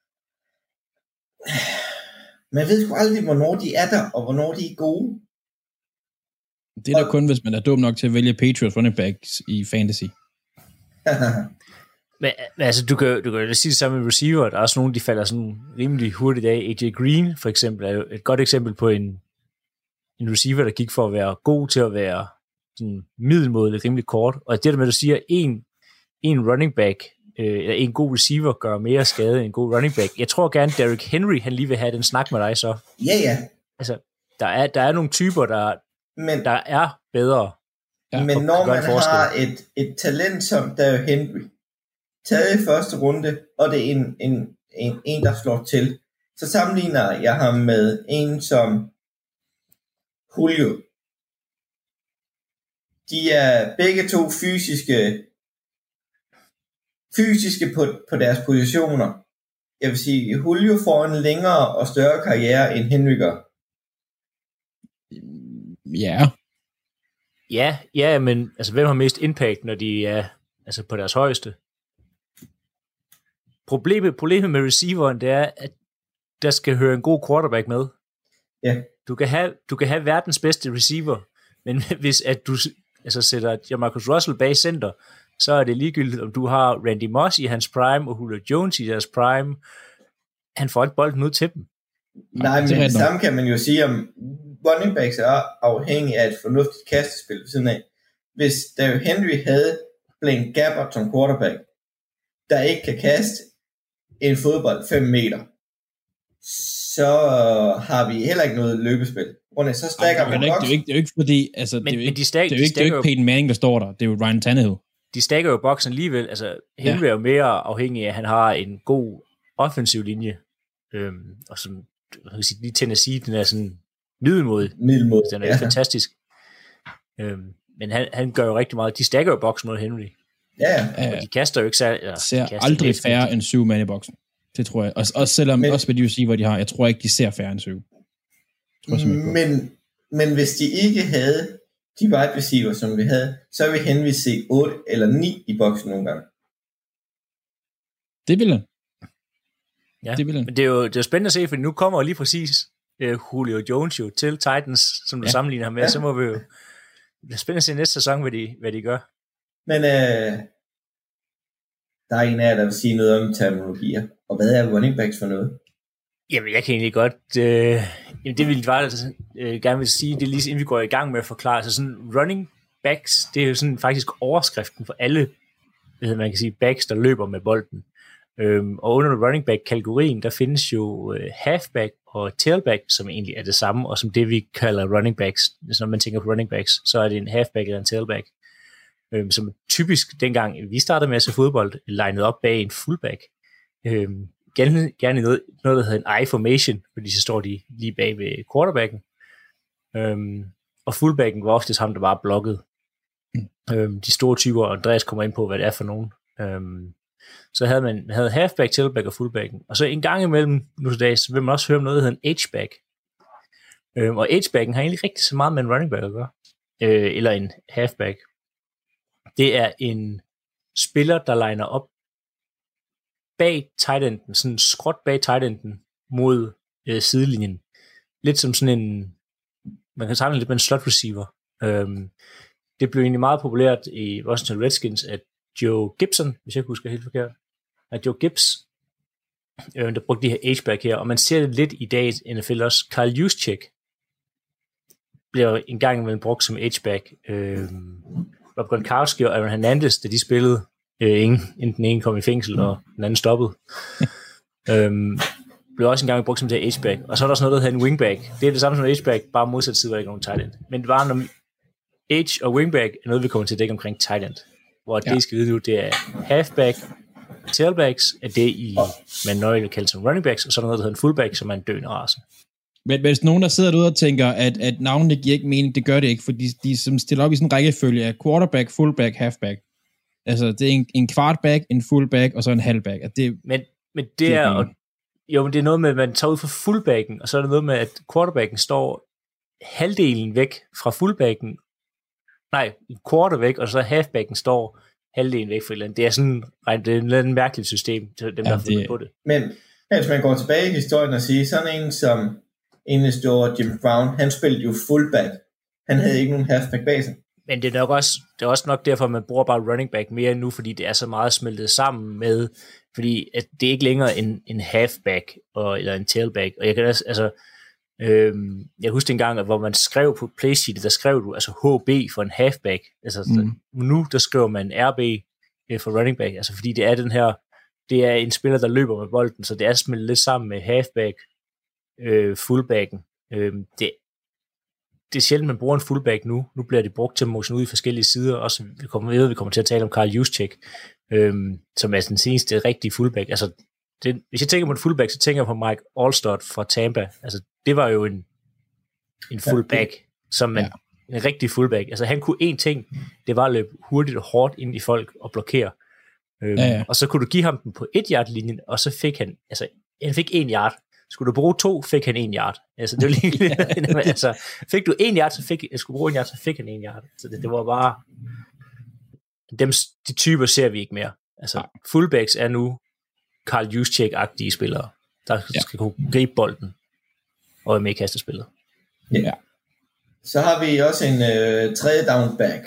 man ved sgu aldrig, hvornår de er der, og hvornår de er gode. Det er da kun, hvis man er dum nok til at vælge Patriots running backs i fantasy. Men altså, du kan, du kan jo sige det samme med receiver. Der er også nogle, de falder sådan rimelig hurtigt af. A J Green, for eksempel, er jo et godt eksempel på en, en receiver, der gik for at være god til at være sådan middelmådigt, rimelig kort. Og det der med, at du siger, at en, en running back, øh, eller en god receiver, gør mere skade end en god running back. Jeg tror gerne, Derrick Henry, han lige vil have den snak med dig så. Ja, ja. Altså, der er, der er nogle typer, der, men, der er bedre. Ja, men når man har et, et talent som Derrick Henry, taget i første runde, og det er en, en, en, en, der slår til, så sammenligner jeg ham med en som Julio. De er begge to fysiske, fysiske på, på deres positioner. Jeg vil sige, Julio får en længere og større karriere end Henry gør. Ja. Ja, ja, men altså, hvem har mest impact, når de er altså, på deres højeste? Problemet, problemet med receiveren, det er, at der skal høre en god quarterback med. Ja. Du kan have, du kan have verdens bedste receiver, men hvis at du altså, sætter Jamarcus Russell bag center, så er det ligegyldigt, om du har Randy Moss i hans prime, og Julio Jones i deres prime. Han får ikke bolden ud til dem. Nej, men det samme kan man jo sige om running backs er afhængig af et fornuftigt kastespil ved siden af. Hvis Derrick Henry havde Blaine Gabbert som quarterback, der ikke kan kaste en fodbold fem meter, så har vi heller ikke noget løbespil. Rundt, så stakker Ej, det, er ikke, det, er ikke, det er jo ikke fordi, altså, Men- det er jo men ikke, de stag- det er de jo ikke, det er jo stakker ikke Peyton Manning, der står der. Det er jo Ryan Tannehill. De stakker jo boksen alligevel. Altså, Henry er jo mere afhængig af, at han har en god offensiv linje. Øhm, og som, jeg kan sige, lige Tennessee, den er sådan middelmodig. middelmåde. Den er ja. fantastisk. Øhm, men han, han gør jo rigtig meget. De stakker jo boksen mod Henry. Ja, Ja, Og de kaster jo ikke særlig... Eller, ser de kaster aldrig lidt, færre men end syv mand i boksen. Det tror jeg. Også, også selvom, Men- også med de receiver, de har, jeg tror ikke, de ser færre end syv. Tror jeg simpelthen ikke på. men, men hvis de ikke havde de wide receiver, som vi havde, så ville Henry se otte eller ni i boksen nogle gange. Det vil han. Ja, Det vil han. men det er, jo, det er jo spændende at se, for nu kommer jo lige præcis uh, Julio Jones jo til Titans, som du Ja. sammenligner ham med, Ja. så må vi jo... Det er spændende at se næste sæson, hvad de, hvad de gør. Men øh, der er en af jer, der vil sige noget om terminologier. Og hvad er running backs for noget? Jamen, jeg kan egentlig godt... Øh, jamen, det vil jeg bare øh, gerne vil sige, det er lige inden vi går i gang med at forklare. Så sådan running backs, det er jo sådan faktisk overskriften for alle, hvad man kan sige, backs, der løber med bolden. Øhm, og under running back-kategorien, der findes jo øh, halfback og tailback, som egentlig er det samme, og som det vi kalder running backs. Så når man tænker på running backs, så er det en halfback eller en tailback. Øhm, som typisk, dengang vi startede med at se fodbold, legnet op bag en fullback. Øhm, gerne, gerne noget, noget, der hedder en I-formation, fordi så står de lige bag ved quarterbacken. Øhm, og fullbacken var oftest ham, der var blokket. Mm. Øhm, de store typer, og Andreas kommer ind på, hvad det er for nogen. Øhm, så havde man havde halfback, tailback og fullbacken. Og så en gang imellem nu til dags, så vil man også høre om noget, der hedder en H-back. Øhm, og H-backen har egentlig rigtig så meget med en running back at gøre. Øh, eller en halfback. Det er en spiller, der liner op bag tight enden, sådan skråt bag tight enden mod øh, sidelinjen. Lidt som sådan en, man kan sammenligne lidt med en slot receiver. Øhm, det blev egentlig meget populært i Washington Redskins, at Joe Gibson, hvis jeg husker helt forkert, at Joe Gibbs, øh, der brugte de her H-back her, og man ser det lidt i dag i N F L også. Kyle Juszczyk bliver en gang imellem brugt som H-back. Øh, Rob Gronkowski og Aaron Hernandez, da de spillede, øh, ingen, enten den ene kom i fængsel, og den anden stoppede, øhm, blev også en gang brugt som det H-back. Og så er der også noget, der hedder en wingback. Det er det samme som H-back, bare modsat side, hvor der ikke er nogen tight end. Men det var, når H og wingback er noget, vi kommer til at dække omkring tight end. Hvor ja. Det, skal vide nu, det er halfback, tailbacks, er det i, man nøje kalder som running backs, og så er der noget, der hedder en fullback, som er en døende race. Men hvis nogen, der sidder derude og tænker, at, at navnene giver ikke mening, det gør det ikke, for de, de som stiller op i sådan en rækkefølge af quarterback, fullback, halfback. Altså, det er en, en kvartback, en fullback, og så en halvback. At det, men, men det, det er, er og, jo, men det er noget med, at man tager ud fra fullbacken, og så er det noget med, at quarterbacken står halvdelen væk fra fullbacken, nej, en quarter væk, og så halfbacken står halvdelen væk fra et eller andet. Det er sådan det er et mærkeligt system, til dem, ja, der har fundet på det. Men hvis man går tilbage i historien og siger, sådan en som en store Jim Brown, han spillede jo fullback. Han havde ikke nogen halfback bag sig. Men det er nok også, det er også nok derfor, at man bruger bare running back mere nu, fordi det er så meget smeltet sammen med, fordi at det er ikke længere en, en halfback og, eller en tailback. Og jeg kan også, altså, øhm, jeg husker en gang, at hvor man skrev på playsheetet, der skrev du altså H B for en halfback. Altså mm. nu, der skriver man R B øh, for running back, altså fordi det er den her, det er en spiller, der løber med bolden, så det er smeltet lidt sammen med halfback, øh, fullbacken. Øh, det det er sjældent, man bruger en fullback nu. Nu bliver det brugt til at motion ud i forskellige sider. Også, vi kommer, jeg ved, vi kommer til at tale om Kyle Juszczyk, øhm, som er den seneste rigtige fullback. Altså, det, hvis jeg tænker på en fullback, så tænker jeg på Mike Alstott fra Tampa. Altså, det var jo en, en fullback, som man, ja. en rigtig fullback. Altså, han kunne én ting, det var at løbe hurtigt og hårdt ind i folk og blokere. Øhm, ja, ja. Og så kunne du give ham den på et yard linjen, og så fik han, altså, han fik en yard. Skulle du bruge to, fik han en yard. Altså, det var lige, ja. altså, fik du en yard, så fik jeg skulle bruge en yard, så fik han en yard. Så det, det var bare, dem, de typer ser vi ikke mere. Altså, fullbacks er nu Kyle Juszczyk-agtige spillere, der ja. skal kunne gribe bolden og er med i kastespillet. Ja. ja. Så har vi også en øh, tredje down back.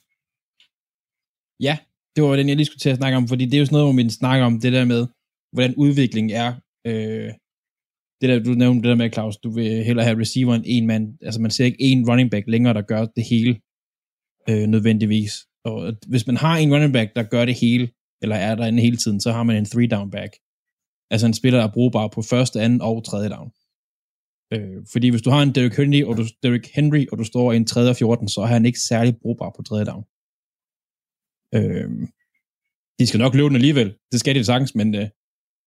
Ja, det var den, jeg lige skulle til at snakke om, fordi det er jo sådan noget, hvor vi snakker om det der med, hvordan udviklingen er. Øh, det der, du nævnte det der med, Claus, du vil hellere have receiveren en mand, altså man ser ikke en running back længere, der gør det hele øh, nødvendigvis. Og hvis man har en running back, der gør det hele, eller er derinde hele tiden, så har man en three down back. Altså en spiller, der er brugbar på første, anden og tredje down. Øh, fordi hvis du har en Derrick Henry, og du, Derrick Henry, og du står i en tredje og fjorten, så er han ikke særlig brugbar på tredje down. Øh, de skal nok løbe den alligevel. Det skal de sagtens, men, øh,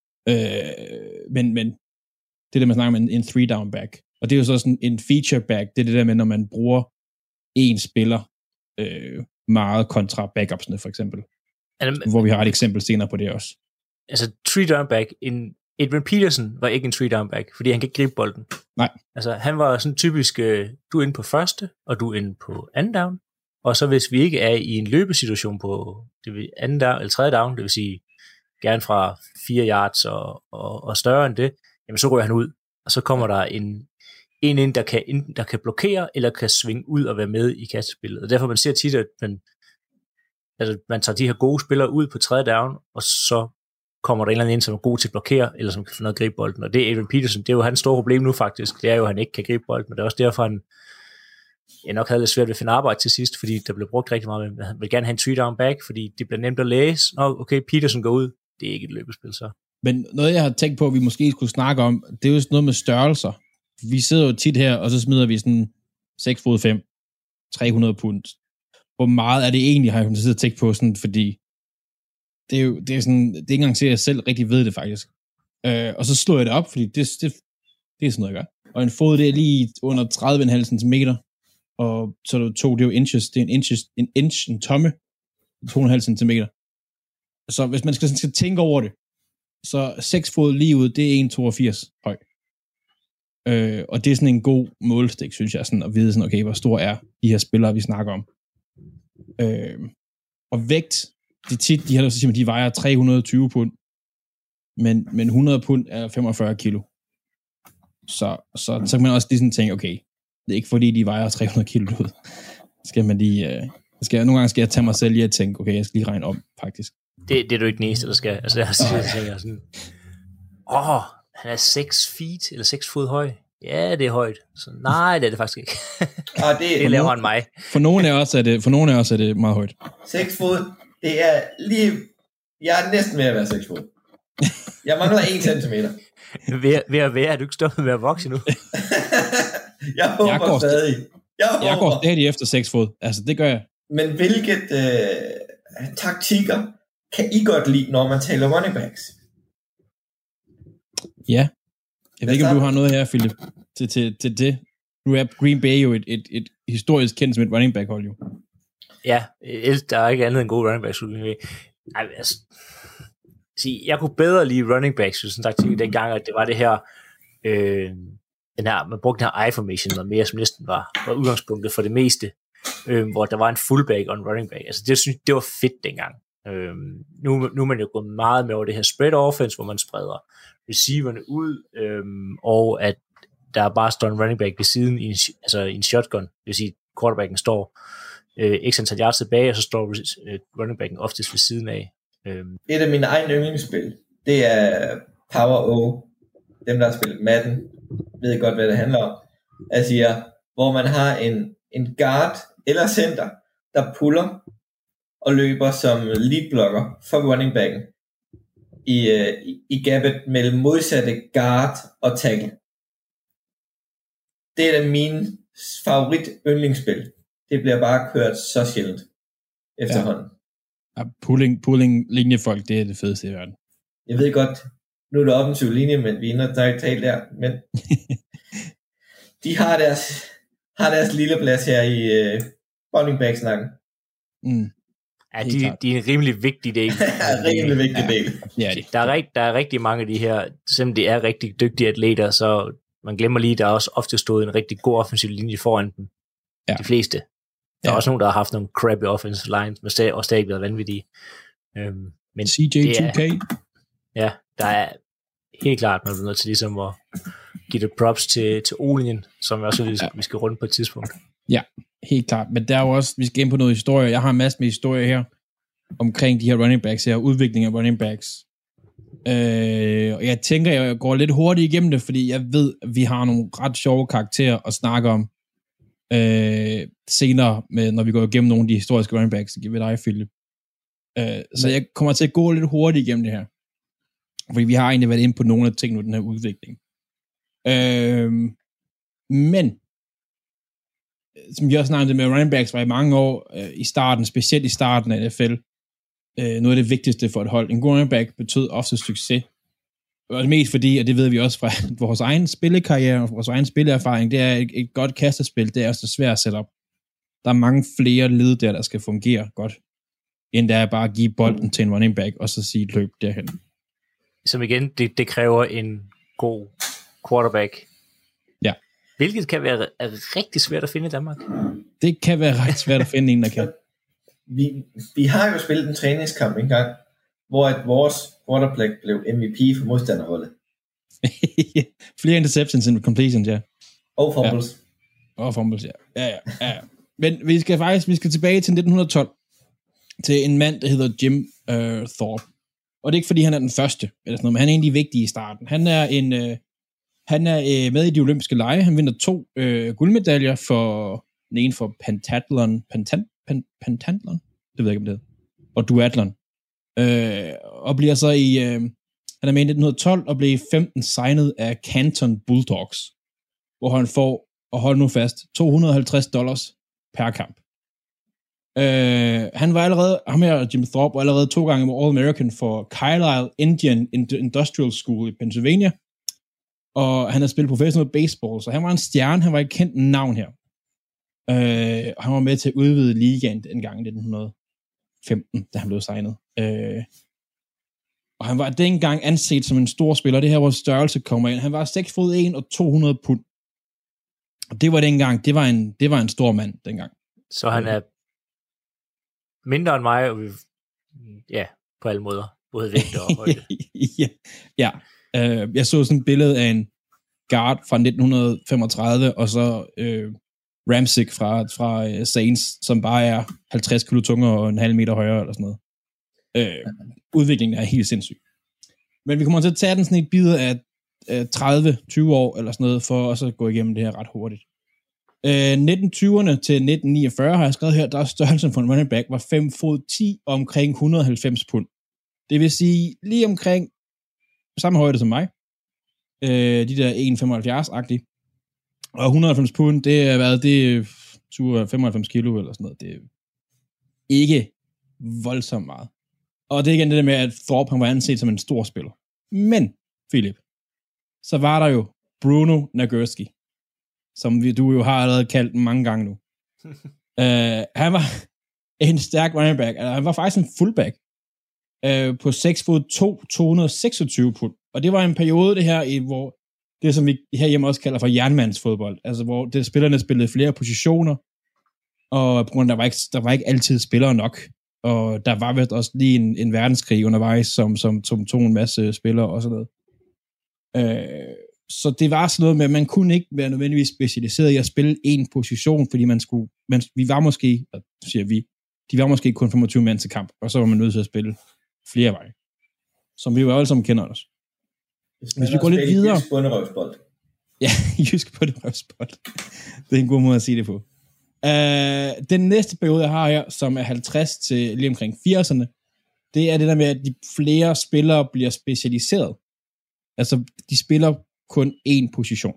øh, men, men det er det, man snakker om en, en three down back. Og det er jo så sådan en feature back. Det er det der med, når man bruger en spiller øh, meget kontra backupsene, for eksempel. Altså, hvor vi har et eksempel senere på det også. Altså, three down back, en Adrian Peterson var ikke en three down back, fordi han kan ikke gribe bolden. Nej. Altså, han var sådan typisk, øh, du er inde på første, og du er inde på anden down, og så hvis vi ikke er i en løbesituation på det vil, anden down, eller tredje down, det vil sige gerne fra fire yards og, og, og større end det, jamen så ryger han ud, og så kommer der en en ind, der kan, enten, der kan blokere, eller kan svinge ud og være med i kastespillet. Og derfor man ser tit, at man, altså, man tager de her gode spillere ud på tredje down, og så kommer der en eller anden ind, som er god til at blokere, eller som kan få noget at gribe bolden. Og det er Adrian Peterson, det er jo hans store problem nu faktisk, det er jo, at han ikke kan gribe bolden, men det er også derfor, han jeg nok havde lidt svært ved at finde arbejde til sidst, fordi der blev brugt rigtig meget, men han vil gerne have en three down back, fordi det bliver nemt at læse. Nå, okay, Peterson går ud, det er ikke et løbespil så. Men noget, jeg har tænkt på, at vi måske skulle snakke om, det er jo sådan noget med størrelser. Vi sidder jo tit her, og så smider vi sådan seks fod fem, tre hundrede pund. Hvor meget er det egentlig, har jeg siddet og tænkt på, sådan, fordi det er jo det er sådan, det er ikke engang til, at jeg selv rigtig ved det faktisk. Øh, og så slår jeg det op, fordi det, det, det er sådan noget, jeg gør. Og en fod, det er lige under tredive komma fem centimeter, og så er det to, det er jo inches, det er en inches, en inch, en tomme, to komma fem centimeter. Så hvis man skal, skal tænke over det, så seks fod lige ud, det er en komma toogfirs høj. Øh, og det er sådan en god målstik, synes jeg, sådan at vide sådan, okay, hvor stor er de her spillere, vi snakker om. Øh, og vægt, de tit, de har så siger, de vejer tre hundrede og tyve pund, men, men hundrede pund er femogfyrre kilo. Så, så, så kan man også lige sådan tænke, okay, det er ikke fordi, de vejer tre hundrede kilo ud. Skal man lige, øh, skal, nogle gange skal jeg tage mig selv lige at tænke, okay, jeg skal lige regne om, faktisk. Det, det er du ikke den eneste, der skal. Altså, jeg siger sådan, åh, oh, han er seks feet, eller seks fod høj. Ja, det er højt. Så nej, det er det faktisk ikke. Og det, det laver han mig. For nogle af os er det, for nogle af os er det meget højt. seks fod, det er lige, jeg er næsten ved at være seks fod. Jeg mangler en centimeter. Ved, ved at være, er du ikke stoppet med at vokse nu? jeg håber jeg går stadig. Jeg, håber. jeg går stadig efter seks fod. Altså, det gør jeg. Men hvilket øh, taktikker kan I godt lide, når man taler running backs? Ja. Jeg ved ikke, om du har noget her, Philip, til, til, til det. Nu er Green Bay jo et, et, et historisk kendt som et running back hold jo. Ja, der er ikke andet end gode running backs. Ej, altså, sige, jeg kunne bedre lide running backs, sådan taktik, dengang, at det var det her, øh, den her, man brugte den her I-formation noget mere, som næsten var, var udgangspunktet for det meste, øh, hvor der var en fullback og en running back. Altså, det synes det var fedt dengang. Øh, nu, nu er man jo gået meget med over det her spread offense, hvor man spreder receiverne ud, øhm, og at der bare står en running back ved siden i en, altså i en shotgun, det vil sige, quarterbacken står øh, x antal yards tilbage, og så står øh, running backen oftest ved siden af. Øhm. Et af mine egne yndlingsspil, det er Power O. Dem, der har spillet Madden, ved godt, hvad det handler om. Altså, ja, hvor man har en, en guard eller center, der puller og løber som leadblocker for running backen i, i, i gabet mellem modsatte guard og tackle. Det er da min favorit yndlingsspil. Det bliver bare kørt så sjældent efterhånden. Ja. Ja, pulling, pulling linjefolk, det er det fedeste i verden. Jeg ved godt, nu er der offensiv linje, men vi er inde og tale der, men de har deres, har deres lille plads her i uh, running back-snakken. Mm. Ja, de, de er en rimelig vigtig del. En rimelig vigtig ja. del. Ja, det. Der, er rigt, der er rigtig mange af de her, selvom de er rigtig dygtige atleter, så man glemmer lige, der er også ofte stået en rigtig god offensiv linje foran dem. Ja. De fleste. Der er ja. også nogen, der har haft nogle crappy offensive lines, men stadig, og stadig været vanvittige. Øhm, men C J to K? Ja, der er helt klart, man bliver nødt til ligesom at give det props til, til O-linjen, som også vi, ja. vi skal runde på et tidspunkt. Ja, helt klart. Men der er jo også, vi skal ind på noget historie. Jeg har en masse med historie her, omkring de her running backs her, udvikling af running backs. Øh, og jeg tænker, jeg går lidt hurtigt igennem det, fordi jeg ved, at vi har nogle ret sjove karakterer at snakke om. øh, senere, med, når vi går igennem nogle af de historiske running backs ved dig, Philip. Øh, så jeg kommer til at gå lidt hurtigt igennem det her. Fordi vi har egentlig været inde på nogle af tingene i den her udvikling. Øh, men, som vi også snakkede med running backs, var i mange år øh, i starten, specielt i starten af N F L, øh, noget af det vigtigste for et hold. En god running back betød ofte succes. Og mest fordi, og det ved vi også fra vores egen spillekarriere og vores egen spilleerfaring, det er et, et godt kastespil, det er også svært at sætte op. Der er mange flere led der, der skal fungere godt, end der er bare at give bolden til en running back, og så sige løb derhen. Som igen, det, det kræver en god quarterback. Ja. Hvilket kan være rigtig svært at finde i Danmark. Det kan være ret svært at finde en, der kan. Vi, vi har jo spillet en træningskamp engang, hvor at vores quarterback blev M V P for modstanderholdet. Flere interceptions end completions, ja. Og fumbles. Ja. Og fumbles, ja. Ja, ja, ja. Men vi skal faktisk vi skal tilbage til nitten tolv, til en mand, der hedder Jim uh, Thorpe. Og det er ikke, fordi han er den første, eller sådan noget, men han er en af de vigtige i starten. Han er, en, uh, han er uh, med i de olympiske lege. Han vinder to uh, guldmedaljer for den ene for pentathlon, pentan, pen, pentathlon, det ved jeg ikke, om det hedder, og duathlon. Uh, og bliver så i, uh, han er med i nitten tolv, og blev i femten signet af Canton Bulldogs, hvor han får, og hold nu fast, to hundrede og halvtreds dollars per kamp. Uh, han var allerede, ham her, Jim Thorpe, var allerede to gange med All-American for Carlisle Indian Industrial School i Pennsylvania, og han har spillet professional baseball, så han var en stjerne, han var et kendt navn her. Uh, og han var med til at udvide ligaen dengang i nitten femten, da han blev signet. Uh, og han var dengang anset som en stor spiller, det her hvor størrelse kommer ind. Han var seks fod en og to hundrede pund. Og det var dengang, det var en, det var en stor mand dengang. Så han er mindre end mig, og vi, ja, på alle måder, både vægt og højde. ja, ja. Uh, jeg så sådan et billede af en guard fra nitten femogtredive, og så uh, Ramsick fra, fra uh, Saints, som bare er halvtreds kilo tungere og en halv meter højere, eller sådan noget. Uh, udviklingen er helt sindssyg. Men vi kommer til at tage den sådan et bid af uh, tredive til tyve år, eller sådan noget, for også at gå igennem det her ret hurtigt. Uh, nitten tyverne til nitten niogfyrre har jeg skrevet her, der er størrelsen for en running back var fem fod ti og omkring et hundrede og halvfems pund. Det vil sige lige omkring samme højde som mig. Uh, de der en komma femoghalvfjerds-agtige. Og et hundrede og halvfems pund, det er hvad, det er femoghalvfems kilo eller sådan noget. Det er ikke voldsomt meget. Og det er igen det der med, at Thorpe han var anset som en stor spiller. Men, Philip, så var der jo Bruno Nagurski, som vi, du jo har allerede kaldt mange gange nu. uh, han var en stærk running back. Altså, han var faktisk en fullback uh, på seks fod to, to hundrede og seksogtyve pund. Og det var en periode, det her, i, hvor det, som vi herhjemme også kalder for jernmandsfodbold, altså hvor det, spillerne spillede flere positioner, og på grund af, der var ikke, der var ikke altid spillere nok. Og der var vist også lige en, en verdenskrig undervejs, som, som, som tog en masse spillere og sådan noget. Øh, så det var sådan noget med, at man kunne ikke være nødvendigvis specialiseret i at spille en position, fordi man skulle, man, vi var måske, siger vi, de var måske kun femogtyve mand til kamp, og så var man nødt til at spille flere veje. Som vi jo alle sammen kender os. Hvis, Hvis vi går lidt videre... Jysk bunderøvsbold. Ja, jysk bunderøvsbold. Det er en god måde at sige det på. Uh, den næste periode, jeg har her, som er halvtreds til lige omkring firserne, det er det der med, at de flere spillere bliver specialiseret. Altså, de spiller kun én position.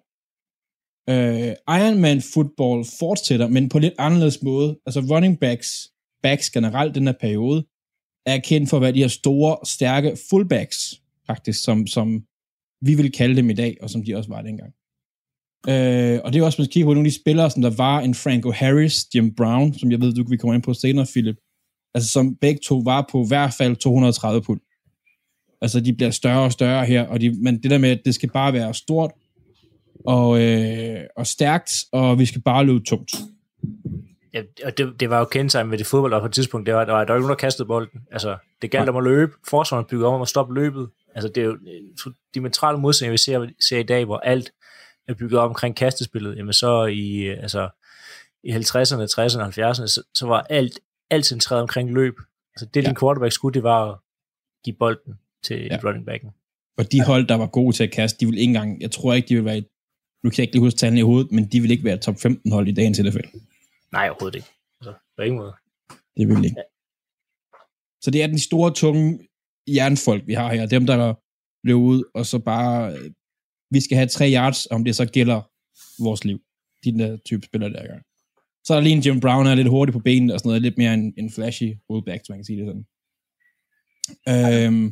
Uh, Ironman football fortsætter, men på lidt anderledes måde. Altså, running backs, backs generelt den her periode, er kendt for at være de her store, stærke fullbacks, faktisk, som, som vi vil kalde dem i dag, og som de også var dengang. Uh, og det er også, man skal kigge på nogle af de spillere, som der var en Franco Harris, Jim Brown, som jeg ved, du kan komme ind på senere, Philip, altså som begge to var på i hvert fald to hundrede og tredive pund. Altså de bliver større og større her, og de, men det der med, at det skal bare være stort og, øh, og stærkt, og vi skal bare løbe tungt. Ja, og det, det var jo kendetegnet ved det fodbold, og på et tidspunkt, det var, der var, der var ikke nogen, der kastede bolden. Altså, det galt om at løbe, forsvaret bygger om at stoppe løbet. Altså, det er jo en diametrale modsætning, vi ser, ser i dag, hvor alt er bygget op omkring kastespillet. Jamen så i, altså, i halvtredserne, tresserne, halvfjerdserne, så, så var alt, alt centreret omkring løb. Altså, det, ja. Din quarterback skulle, det var at give bolden til ja. running backen. Og de hold, der var gode til at kaste, de ville ikke engang, jeg tror ikke, de ville være i nu kan jeg ikke lige huske tallene i hovedet, men de vil ikke være top femten hold i dagens N F L. Nej, overhovedet ikke. Altså, på ingen måde. Det vil ikke. Ja. Så det er den store, tunge jernfolk, vi har her. Dem, der løber ud, og så bare, vi skal have tre yards, om det så gælder vores liv. De der type spillere der gang. Så er der lige en Jim Brown, der er lidt hurtig på benene, og sådan noget, lidt mere en, en flashy fullback, så man kan sige det sådan. Øhm,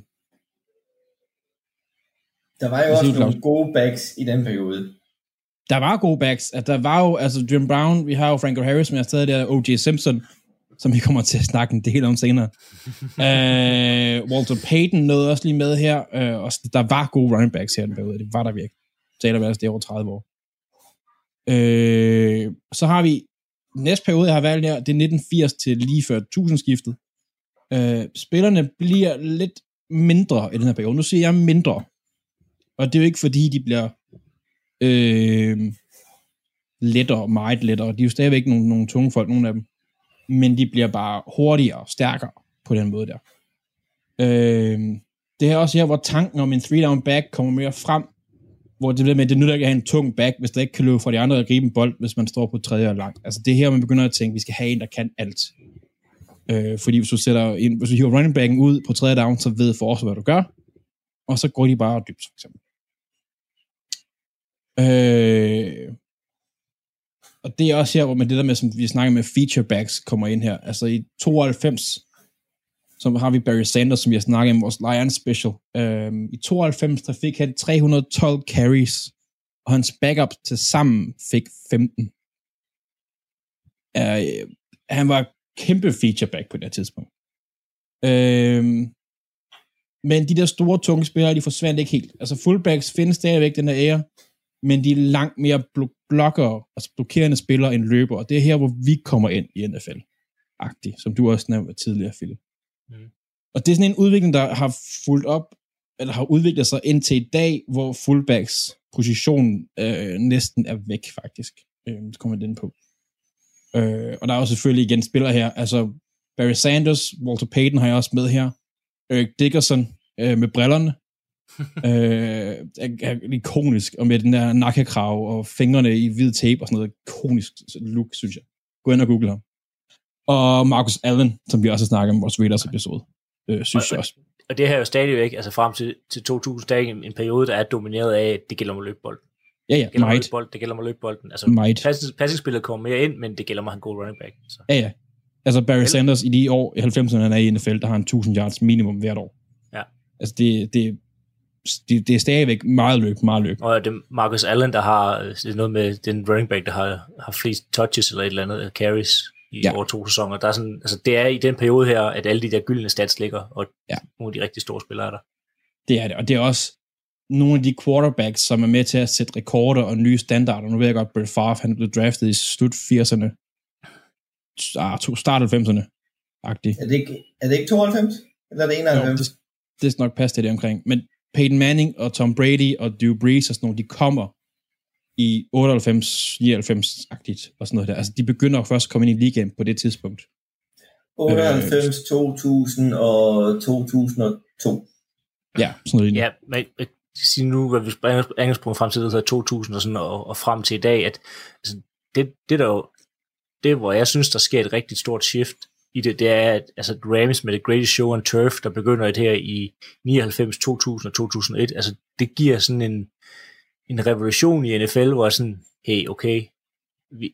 der var jo også nogle klart. gode backs i den periode. Der var gode backs. At der var jo, altså Jim Brown, vi har jo Franco Harris, men jeg er stadig der, O J Simpson, som vi kommer til at snakke en del om senere. uh, Walter Payton nåede også lige med her, uh, og der var gode running backs her den periode, det var der virkelig. Taler vi altså, det er over tredive år. Uh, så har vi næste periode, jeg har valgt her, det er nitten firs til lige før tusindskiftet. Uh, spillerne bliver lidt mindre i den her periode. Nu siger jeg mindre. Og det er jo ikke fordi, de bliver øh, lettere, meget lettere. De er jo stadigvæk nogle, nogle tunge folk, nogle af dem. Men de bliver bare hurtigere og stærkere på den måde der. Øh, det er også her, hvor tanken om en three-down back kommer mere frem, hvor det bliver med, at det nytter ikke at have en tung back, hvis der ikke kan løbe for de andre at gribe en bold, hvis man står på tredje og langt. Altså det er her, man begynder at tænke, at vi skal have en, der kan alt. Øh, fordi hvis du sætter en, hvis du hiver running backen ud på tredje down, så ved forsvaret, hvad du gør, og så går de bare dybt, for eksempel. Øh, og det er også her, hvor man det der med, som vi snakker med, feature backs kommer ind her. Altså i tooghalvfems, så har vi Barry Sanders, som vi har snakket om, vores Lions special. Øh, I tooghalvfems, der fik han tre hundrede og tolv carries, og hans backup til sammen fik femten. Øh, han var kæmpe feature back på det tidspunkt. Øh, men de der store, tunge spillere, de forsvandt ikke helt. Altså fullbacks findes stadigvæk den der ære, men de er langt mere blo- blokkere, altså blokerende spillere end løber, og det er her, hvor vi kommer ind i N F L-agtigt, som du også nævnte tidligere, Philip. Mm. Og det er sådan en udvikling, der har fulgt op, eller har udviklet sig indtil i dag, hvor fullbacks position øh, næsten er væk, faktisk. Øh, så kommer den på. Øh, og der er jo selvfølgelig igen spillere her, altså Barry Sanders, Walter Payton har jeg også med her, Eric Dickerson øh, med brillerne, øh, er, er ikonisk, og med den der nakkekrav og fingrene i hvid tape og sådan noget ikonisk look, synes jeg. Gå ind og google ham. Og Marcus Allen, som vi også har snakket om i vores Raiders episode, øh, synes og, jeg også. Og det her er jo stadigvæk, altså frem til, til to tusind, der er en, en periode, der er domineret af, at det gælder om at løbe bolden. Ja, ja, det gælder meget. Bold, det gælder om at løbe bolden. Altså, passingspillet kommer mere ind, men det gælder om at have en god running back. Så. Ja, ja. Altså Barry Sanders i de år, i halvfemserne, han er i N F L, der har en tusind yards minimum hvert år. Ja. Altså det, det, det, det er stadigvæk meget løb, meget løb. Og det er Marcus Allen, der har, det er noget med den running back, der har, har flest touches eller et eller andet, carries i ja. over to sæsoner. Der er sådan, altså det er i den periode her, at alle de der gyldne stats ligger, og ja. nogle af de rigtig store spillere er der. Det er det, og det er også nogle af de quarterbacks, som er med til at sætte rekorder og nye standarder. Nu ved jeg godt, Brett Favre, han blev draftet i slut firserne, start halvfemserne. Er det, ikke, er det ikke tooghalvfems? Eller er det enoghalvfems? Jo, det, det skal nok passe til det omkring. Men Peyton Manning og Tom Brady og Drew Brees og sådan nogle, de kommer i otteoghalvfems, nioghalvfems-agtigt og sådan noget der. Altså, de begynder først at komme ind i ligaen på det tidspunkt. otteoghalvfems, to tusind og to tusind og to. Ja, sådan noget. Ja, men jeg siger nu, at vi springer angelsprunget frem til det, så to tusind og, sådan, og, og frem til i dag, at altså, det, det der jo, det hvor jeg synes, der sker et rigtig stort shift i det, det er, at altså, Rams med The Greatest Show on Turf, der begynder et her i nioghalvfems, to tusind og to tusind og et, altså det giver sådan en, en revolution i N F L, hvor sådan, hey, okay, vi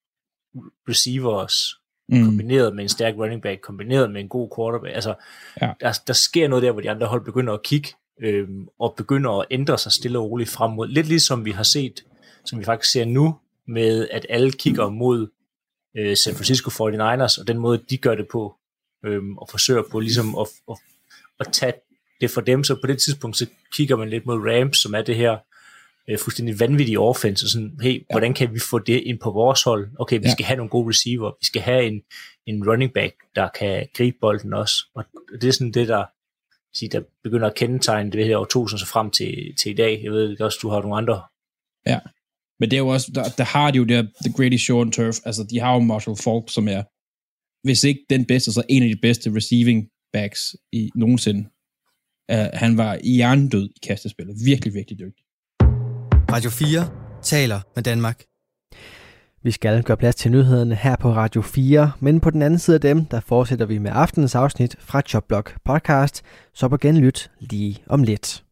receivers, mm. kombineret med en stærk running back, kombineret med en god quarterback, altså ja. der, der sker noget der, hvor de andre hold begynder at kigge, øhm, og begynder at ændre sig stille og roligt frem mod, lidt ligesom vi har set, som vi faktisk ser nu, med at alle kigger mod øh, San Francisco forty-niners, og den måde, de gør det på, øhm, og forsøger på ligesom at, at, at tage det for dem, så på det tidspunkt, så kigger man lidt mod Rams, som er det her øh, fuldstændig vanvittige offense, og sådan, hey, ja. hvordan kan vi få det ind på vores hold? Okay, vi ja. skal have nogle gode receiver, vi skal have en, en running back, der kan gribe bolden også, og det er sådan det, der, der begynder at kendetegne det her år tusind, så frem til, til i dag. Jeg ved også, du har nogle andre. Ja, men det er jo også, der, der har de jo der The Greatest Show on Turf, altså de har jo Marshall Faulk, som er, hvis ikke den bedste, så en af de bedste receiving backs i nogensinde. Uh, han var jerndød i kastespillet. Virkelig, virkelig dygtig. Radio fire taler med Danmark. Vi skal gøre plads til nyhederne her på Radio fire, men på den anden side af dem, der fortsætter vi med aftenens afsnit fra Chopblock Podcast, så på genlyt lige om lidt.